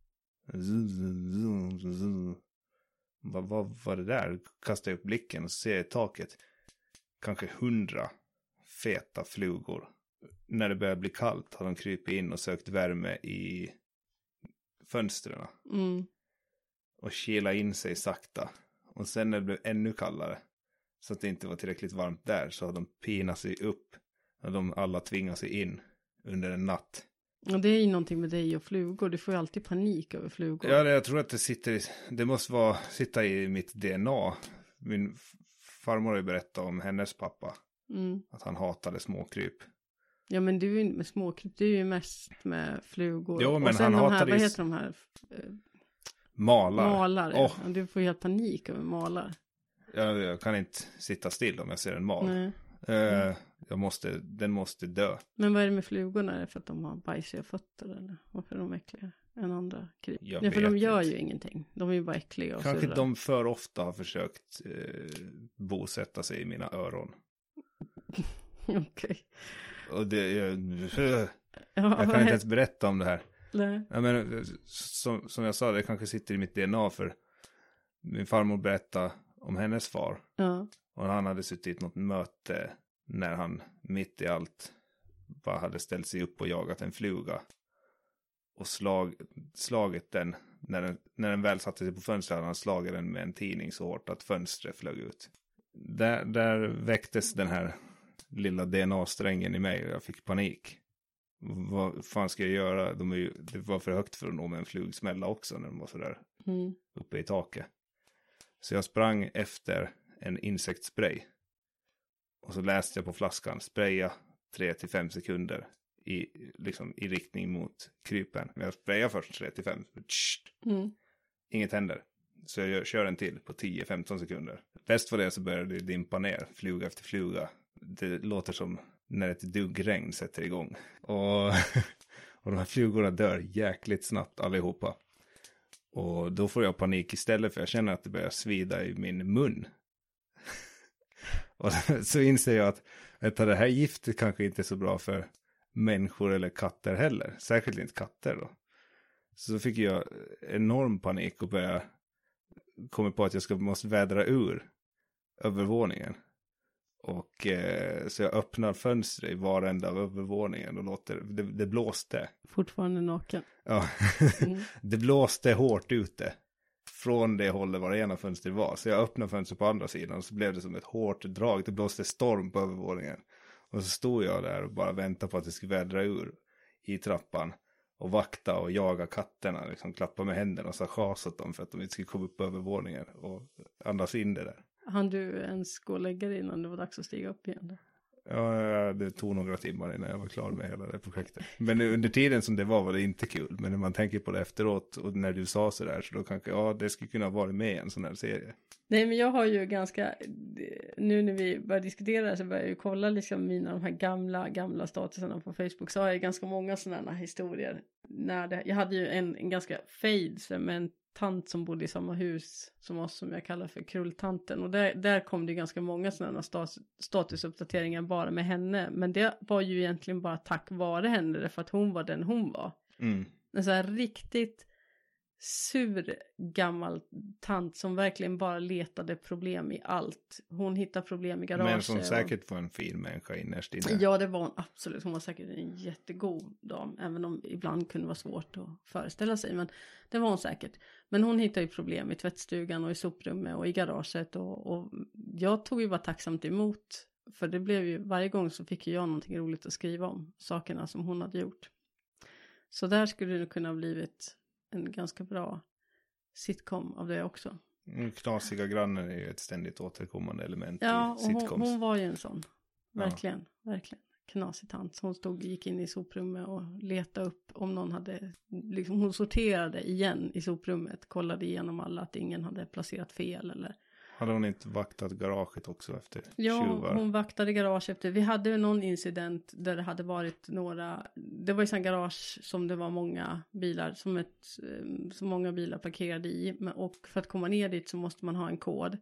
Vad var det där? Kastade upp blicken och ser i taket. Kanske 100 feta flugor. När det började bli kallt har de krypit in och sökt värme i fönstren. Och kila in sig sakta. Och sen när det blev ännu kallare, så att det inte var tillräckligt varmt där, så har de pinat sig upp. Och de alla tvingar sig in under en natt. Och det är ju någonting med dig och flugor. Du får ju alltid panik över flugor. Ja, jag tror att det måste sitta i mitt DNA. Min farmor har ju berättat om hennes pappa. Att han hatade småkryp. Ja, men du är ju med småkryp. Du är ju mest med flugor. Jo, men och sen han de här, hatar vad heter de här? Malar. Ja. Du får ju helt panik över malar. Jag kan inte sitta still om jag ser en mal. Nej. Den måste dö. Men vad är det med flugorna? Är det för att de har bajsiga fötter eller varför är de äckliga än andra kryp? Jag för vet de gör inte. ju ingenting. De är ju bara äckliga och Kanske sura. de för ofta har försökt bosätta sig i mina öron. Okej. Och jag Ja, kan inte ens berätta om det här. Nej. Jag menar, som jag sa, det kanske sitter i mitt DNA, för min farmor berättade om hennes far. Ja. Och han hade suttit i något möte när han mitt i allt bara hade ställt sig upp och jagat en fluga. Och slagit den, när den väl satte sig på fönstret hade han slagit den med en tidning så hårt att fönstret flög ut. Där väcktes den här lilla DNA-strängen i mig och jag fick panik. Vad fan ska jag göra? Det var för högt för att nå med en flugsmälla också när de var sådär uppe i taket. Så jag sprang efter en insektsspray. Och så läste jag på flaskan, spraya 3-5 sekunder i riktning mot krypen. Men jag sprayar först 3-5. Inget händer. Så jag kör en till på 10-15 sekunder. Bäst var det så började det dimpa ner, fluga efter fluga. Det låter som när ett duggregn sätter igång. Och de här flugorna dör jäkligt snabbt allihopa. Och då får jag panik istället, för jag känner att det börjar svida i min mun. Och så inser jag att det här giftet kanske inte är så bra för människor eller katter heller. Särskilt inte katter då. Så fick jag enorm panik och började komma på att jag måste vädra ur övervåningen. Och så jag öppnar fönstret i varenda av övervåningen och låter, det blåste. Fortfarande naken. Ja, det blåste hårt ute. Från det hållet var det ena fönstret var. Så jag öppnade fönstret på andra sidan och så blev det som ett hårt drag. Det blåste storm på övervåningen. Och så stod jag där och bara väntade på att det skulle vädra ur i trappan. Och vakta och jaga katterna. Liksom klappa med händerna och så chas åt dem för att de inte skulle komma upp på övervåningen. Och andas in det där. Han du ens gå och lägga dig innan det var dags att stiga upp igen då? Ja, det tog några timmar innan jag var klar med hela det projektet. Men under tiden som det var det inte kul. Men när man tänker på det efteråt och när du sa sådär så då kanske, det skulle kunna vara med i en sån här serie. Nej, men jag har ju ganska, nu när vi börjar diskutera så börjar jag ju kolla liksom de här gamla statusarna på Facebook, så har jag ganska många sådana här historier. Jag hade ju en ganska fade med en tant som bodde i samma hus som oss, som jag kallar för krulltanten, och där kom det ju ganska många sådana statusuppdateringar bara med henne, men det var ju egentligen bara tack vare henne, för att hon var den hon var. En så här riktigt sur gammal tant som verkligen bara letade problem i allt. Hon hittade problem i garaget. Men som säkert var en fin människa innerst inne. Ja, det var hon absolut. Hon var säkert en jättegod dam. Även om ibland kunde vara svårt att föreställa sig. Men det var hon säkert. Men hon hittade ju problem i tvättstugan och i soprummet och i garaget. Och jag tog ju bara tacksamt emot. För det blev ju, varje gång så fick jag någonting roligt att skriva om. Sakerna som hon hade gjort. Så där skulle det kunna ha blivit en ganska bra sitcom av det också. Knasiga grannen är ju ett ständigt återkommande element i sitcoms. Ja, hon var ju en sån. Verkligen. Knasig tant. Hon gick in i soprummet och letade upp om någon hade, liksom, hon sorterade igen i soprummet. Kollade igenom alla att ingen hade placerat fel eller. Hade hon inte vaktat garaget också efter tjuvar? Ja, hon vaktade garage efter. Vi hade någon incident där det hade varit det var ju sån garage som det var många bilar, som många bilar parkerade i. Och för att komma ner dit så måste man ha en kod.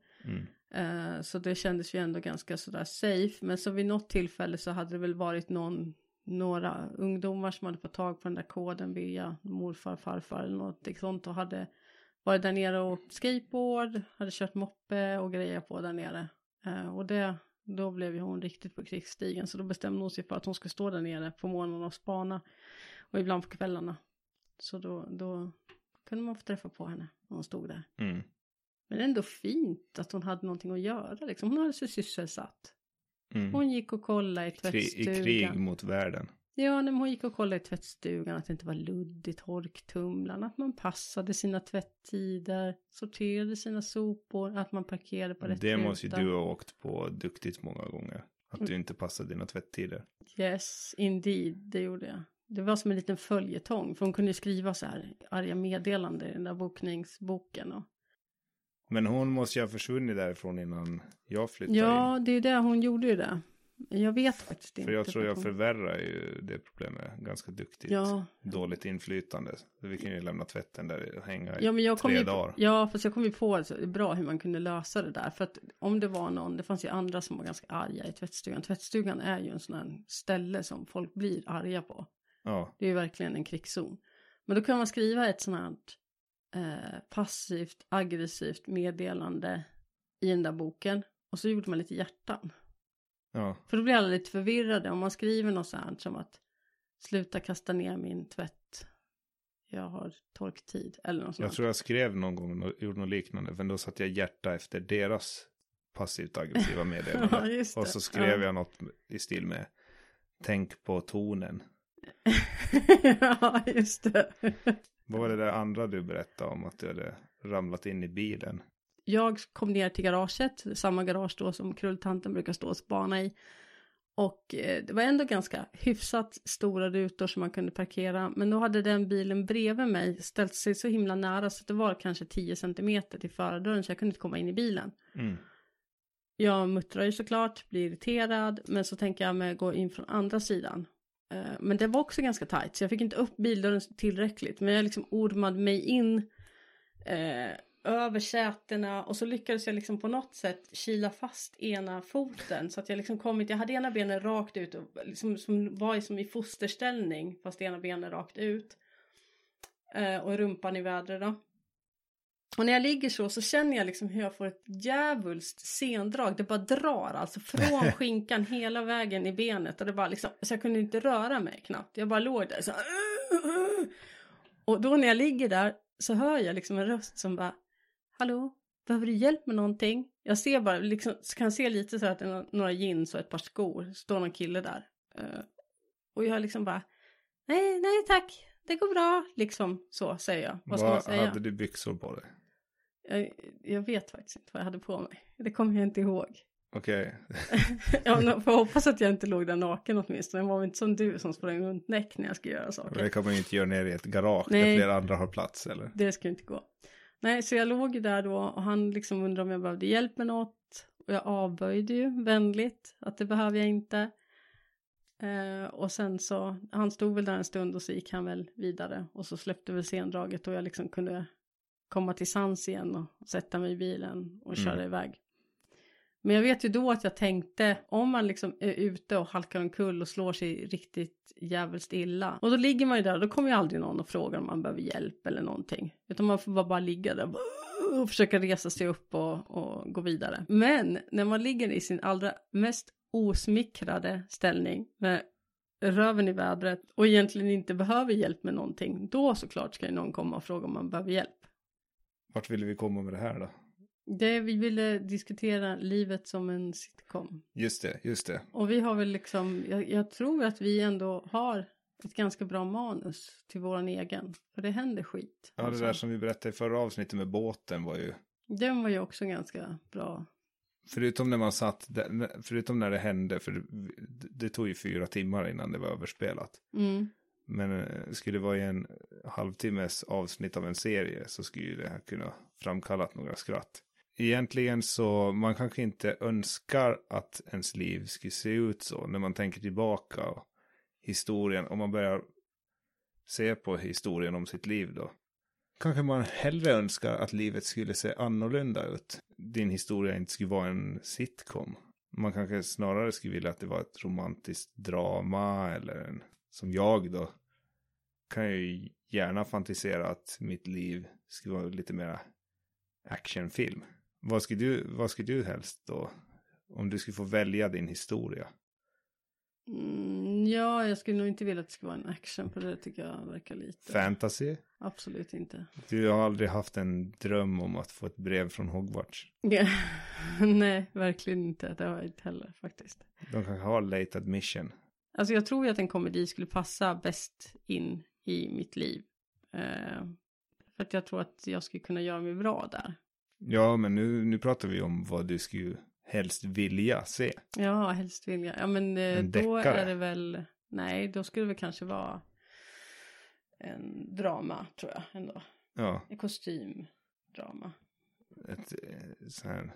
Så det kändes ju ändå ganska sådär safe. Men så vid något tillfälle så hade det väl varit några ungdomar som hade fått tag på den där koden via morfar, farfar eller något sånt, och hade varit där nere och skateboard, hade kört moppe och grejer på där nere. Och då blev ju hon riktigt på krigsstigen. Så då bestämde hon sig för att hon skulle stå där nere på morgonen och spana. Och ibland på kvällarna. Så då kunde man få träffa på henne när hon stod där. Men ändå fint att hon hade någonting att göra. Liksom. Hon hade sig sysselsatt. Hon gick och kollade i tvättstugan. I krig mot världen. Ja, när hon gick och kollade i tvättstugan att det inte var ludd i torktumlaren, att man passade sina tvätttider, sorterade sina sopor, att man parkerade på rätt ruta. Det måste ju du ha åkt på duktigt många gånger. Att du inte passade dina tvättider. Yes, indeed, det gjorde jag. Det var som en liten följetong. För hon kunde skriva så här arga meddelanden i den där bokningsboken. Men hon måste ju ha försvunnit därifrån innan jag flyttade in. Ja, det är det. Hon gjorde ju det. Jag vet faktiskt inte. För jag tror jag förvärrar ju det problemet ganska duktigt. Ja. Dåligt inflytande. Vi kan ju lämna tvätten där och hänga ja, men jag kom 3 dagar. Ja, fast jag kom ju på att det är bra hur man kunde lösa det där. För att om det var någon, det fanns ju andra som var ganska arga i tvättstugan. Tvättstugan är ju en sån här ställe som folk blir arga på. Ja. Det är ju verkligen en krigszon. Men då kan man skriva ett sånt här passivt, aggressivt meddelande i den där boken. Och så gjorde man lite hjärtan. Ja. För då blir alla lite förvirrade om man skriver något sånt som att sluta kasta ner min tvätt. Jag har torktid eller något sånt. Jag tror jag skrev någon gång och gjorde något liknande. Men då satt jag hjärta efter deras passivt aggressiva meddelande. Ja, just det. Och så skrev jag något i stil med tänk på tonen. Ja, just det. Vad var det där andra du berättade om att du hade ramlat in i bilen? Jag kom ner till garaget, samma garage då som krulltanten brukar stå och spana i. Och det var ändå ganska hyfsat stora rutor som man kunde parkera. Men då hade den bilen bredvid mig ställt sig så himla nära så att det var kanske 10 centimeter till förardörren så jag kunde inte komma in i bilen. Mm. Jag muttrar ju såklart, blir irriterad, men så tänker jag mig gå in från andra sidan. Men det var också ganska tajt så jag fick inte upp bildörren tillräckligt. Men jag liksom ormade mig in över sätena och så lyckades jag liksom på något sätt kila fast ena foten så att jag liksom jag hade ena benen rakt ut och liksom, som var som i fosterställning fast ena benen rakt ut och rumpan i vädret då. Och när jag ligger så känner jag liksom hur jag får ett djävulskt sendrag. Det bara drar alltså från skinkan hela vägen i benet. Och det bara liksom, så jag kunde inte röra mig knappt. Jag bara låg där så. Och då när jag ligger där så hör jag liksom en röst som bara hallå, behöver du hjälp med någonting? Jag ser bara, liksom, kan se lite så att det är några jeans och ett par skor. Står någon kille där. Och jag liksom bara nej tack, det går bra. Liksom så säger jag. Vad ska man säga? Hade du byxor på dig? Jag vet faktiskt inte vad jag hade på mig. Det kommer jag inte ihåg. Okej. Jag får hoppas att jag inte låg där naken åtminstone. Jag var inte som du som sprang runt näck när jag ska göra saker. Det kan man ju inte göra ner i ett garage där flera andra har plats, eller? Det ska inte gå. Nej, så jag låg ju där då och han liksom undrade om jag behövde hjälp med något. Och jag avböjde ju vänligt att det behöver jag inte. Och sen så, han stod väl där en stund och så gick han väl vidare. Och så släppte väl sendraget och jag liksom kunde komma till sans igen och sätta mig i bilen och köra iväg. Men jag vet ju då att jag tänkte, om man liksom är ute och halkar omkull och slår sig riktigt jävligt illa. Och då ligger man ju där och då kommer ju aldrig någon och frågar om man behöver hjälp eller någonting. Utan man får bara ligga där och försöka resa sig upp och gå vidare. Men när man ligger i sin allra mest osmickrade ställning med röven i vädret och egentligen inte behöver hjälp med någonting. Då såklart ska ju någon komma och fråga om man behöver hjälp. Vart ville vi komma med det här då? Vi ville diskutera livet som en sitcom. Just det. Och vi har väl liksom, jag tror att vi ändå har ett ganska bra manus till våran egen. För det händer skit. Ja, det där som vi berättade i förra avsnittet med båten var ju... Den var ju också ganska bra. Förutom när man förutom när det hände, för det tog ju 4 timmar innan det var överspelat. Mm. Men skulle det vara i en halvtimmes avsnitt av en serie så skulle det här kunna framkalla några skratt. Egentligen så, man kanske inte önskar att ens liv skulle se ut så när man tänker tillbaka och historien. Om man börjar se på historien om sitt liv då. Kanske man hellre önskar att livet skulle se annorlunda ut. Din historia inte skulle vara en sitcom. Man kanske snarare skulle vilja att det var ett romantiskt drama eller som jag då kan ju gärna fantisera att mitt liv skulle vara lite mer actionfilm. Vad skulle du helst då? Om du skulle få välja din historia. Ja, jag skulle nog inte vilja att det skulle vara en action, för det tycker jag verkar lite. Fantasy? Absolut inte. Du har aldrig haft en dröm om att få ett brev från Hogwarts? Nej, verkligen inte. Det har jag inte heller faktiskt. De kanske har late admission. Alltså jag tror ju att en komedi skulle passa bäst in i mitt liv. För att jag tror att jag skulle kunna göra mig bra där. Ja, men nu pratar vi om vad du skulle helst vilja se? Ja, helst vilja. Ja, men En då deckare. är det väl... Nej, då skulle det kanske vara en drama, tror jag ändå. Ja. En kostymdrama. Ett sån här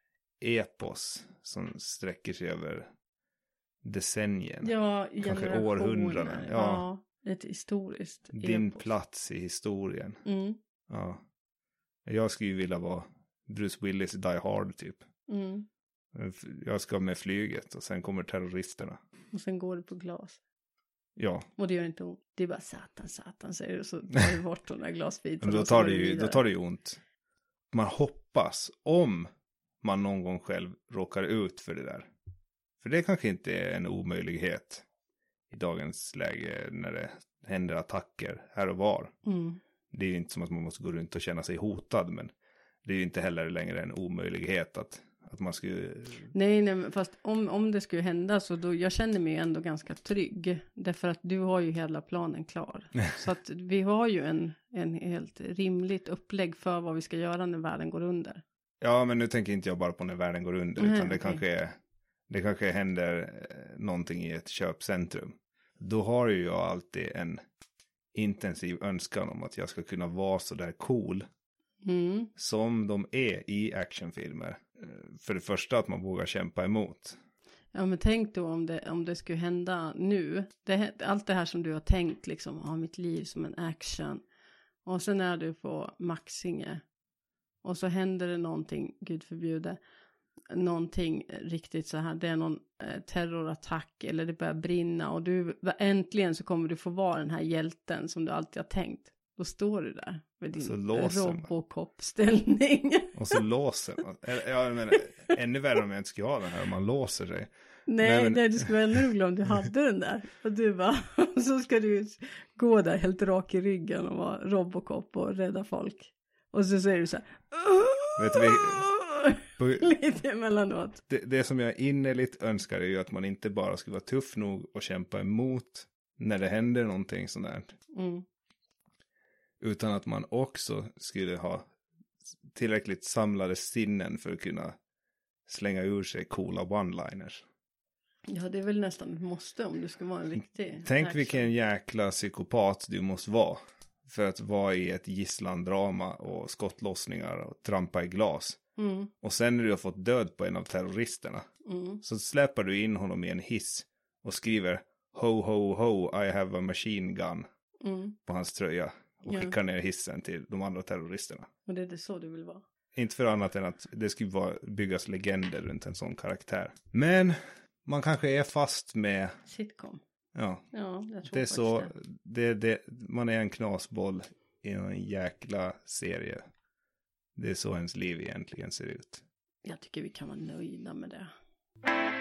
epos som sträcker sig över decennien. Ja, kanske århundraden. Ja, ett historiskt Din epos. plats i historien. Mm. Ja. Jag skulle ju vilja vara Bruce Willis Die Hard typ. Mm. Jag ska med flyget och sen kommer terroristerna. Och sen går det på glas. Ja. Och det gör inte ont. Det är bara satan säger du, så tar du bort de där glasbitarna. Men då tar det ju ont. Man hoppas om man någon gång själv råkar ut för det där. För det kanske inte är en omöjlighet i dagens läge när det händer attacker här och var. Mm. Det är ju inte som att man måste gå runt och känna sig hotad, men det är ju inte heller längre en omöjlighet att man skulle... Nej, men fast om det skulle hända så då, jag känner mig ändå ganska trygg. Därför att du har ju hela planen klar. Så att vi har ju en helt rimligt upplägg för vad vi ska göra när världen går under. Ja, men nu tänker inte jag bara på när världen går under, utan det kanske händer någonting i ett köpcentrum. Då har ju jag alltid en intensiv önskan om att jag ska kunna vara så där cool som de är i actionfilmer. För det första att man vågar kämpa emot. Ja, men tänk då om det skulle hända nu. Allt det här som du har tänkt liksom, mitt liv som en action. Och sen är du på Maxinge. Och så händer det någonting, Gud förbjude. Någonting riktigt så här. Det är någon terrorattack eller det börjar brinna. Och äntligen så kommer du få vara den här hjälten som du alltid har tänkt. Då står du där med din Robocop-ställning. Och så låser man. Jag menar, ännu värre om jag inte ska ha den här. Om man låser sig. Nej, du skulle vara ännu roligare om du hade den där. Och du bara, så ska du gå där helt rak i ryggen och vara Robocop och rädda folk. Och så säger du så här. Vet du, lite emellanåt. Det som jag innerligt önskar är ju att man inte bara ska vara tuff nog och kämpa emot när det händer någonting sånt där. Mm. Utan att man också skulle ha tillräckligt samlade sinnen för att kunna slänga ur sig coola one-liners. Ja, det är väl nästan ett måste om du ska vara en riktig Tänk action. vilken jäkla psykopat du måste vara för att vara i ett gisslandrama och skottlossningar och trampa i glas. Mm. Och sen när du har fått död på en av terroristerna så släpar du in honom i en hiss och skriver ho ho ho I have a machine gun på hans tröja och skickar ner hissen till de andra terroristerna. Och det är så du vill vara. Inte för annat än att det skulle byggas legender runt en sån karaktär. Men man kanske är fast med sitcom. Ja, jag tror det är så man är en knasboll i en jäkla serie. Det är så ens liv egentligen ser ut. Jag tycker vi kan vara nöjda med det.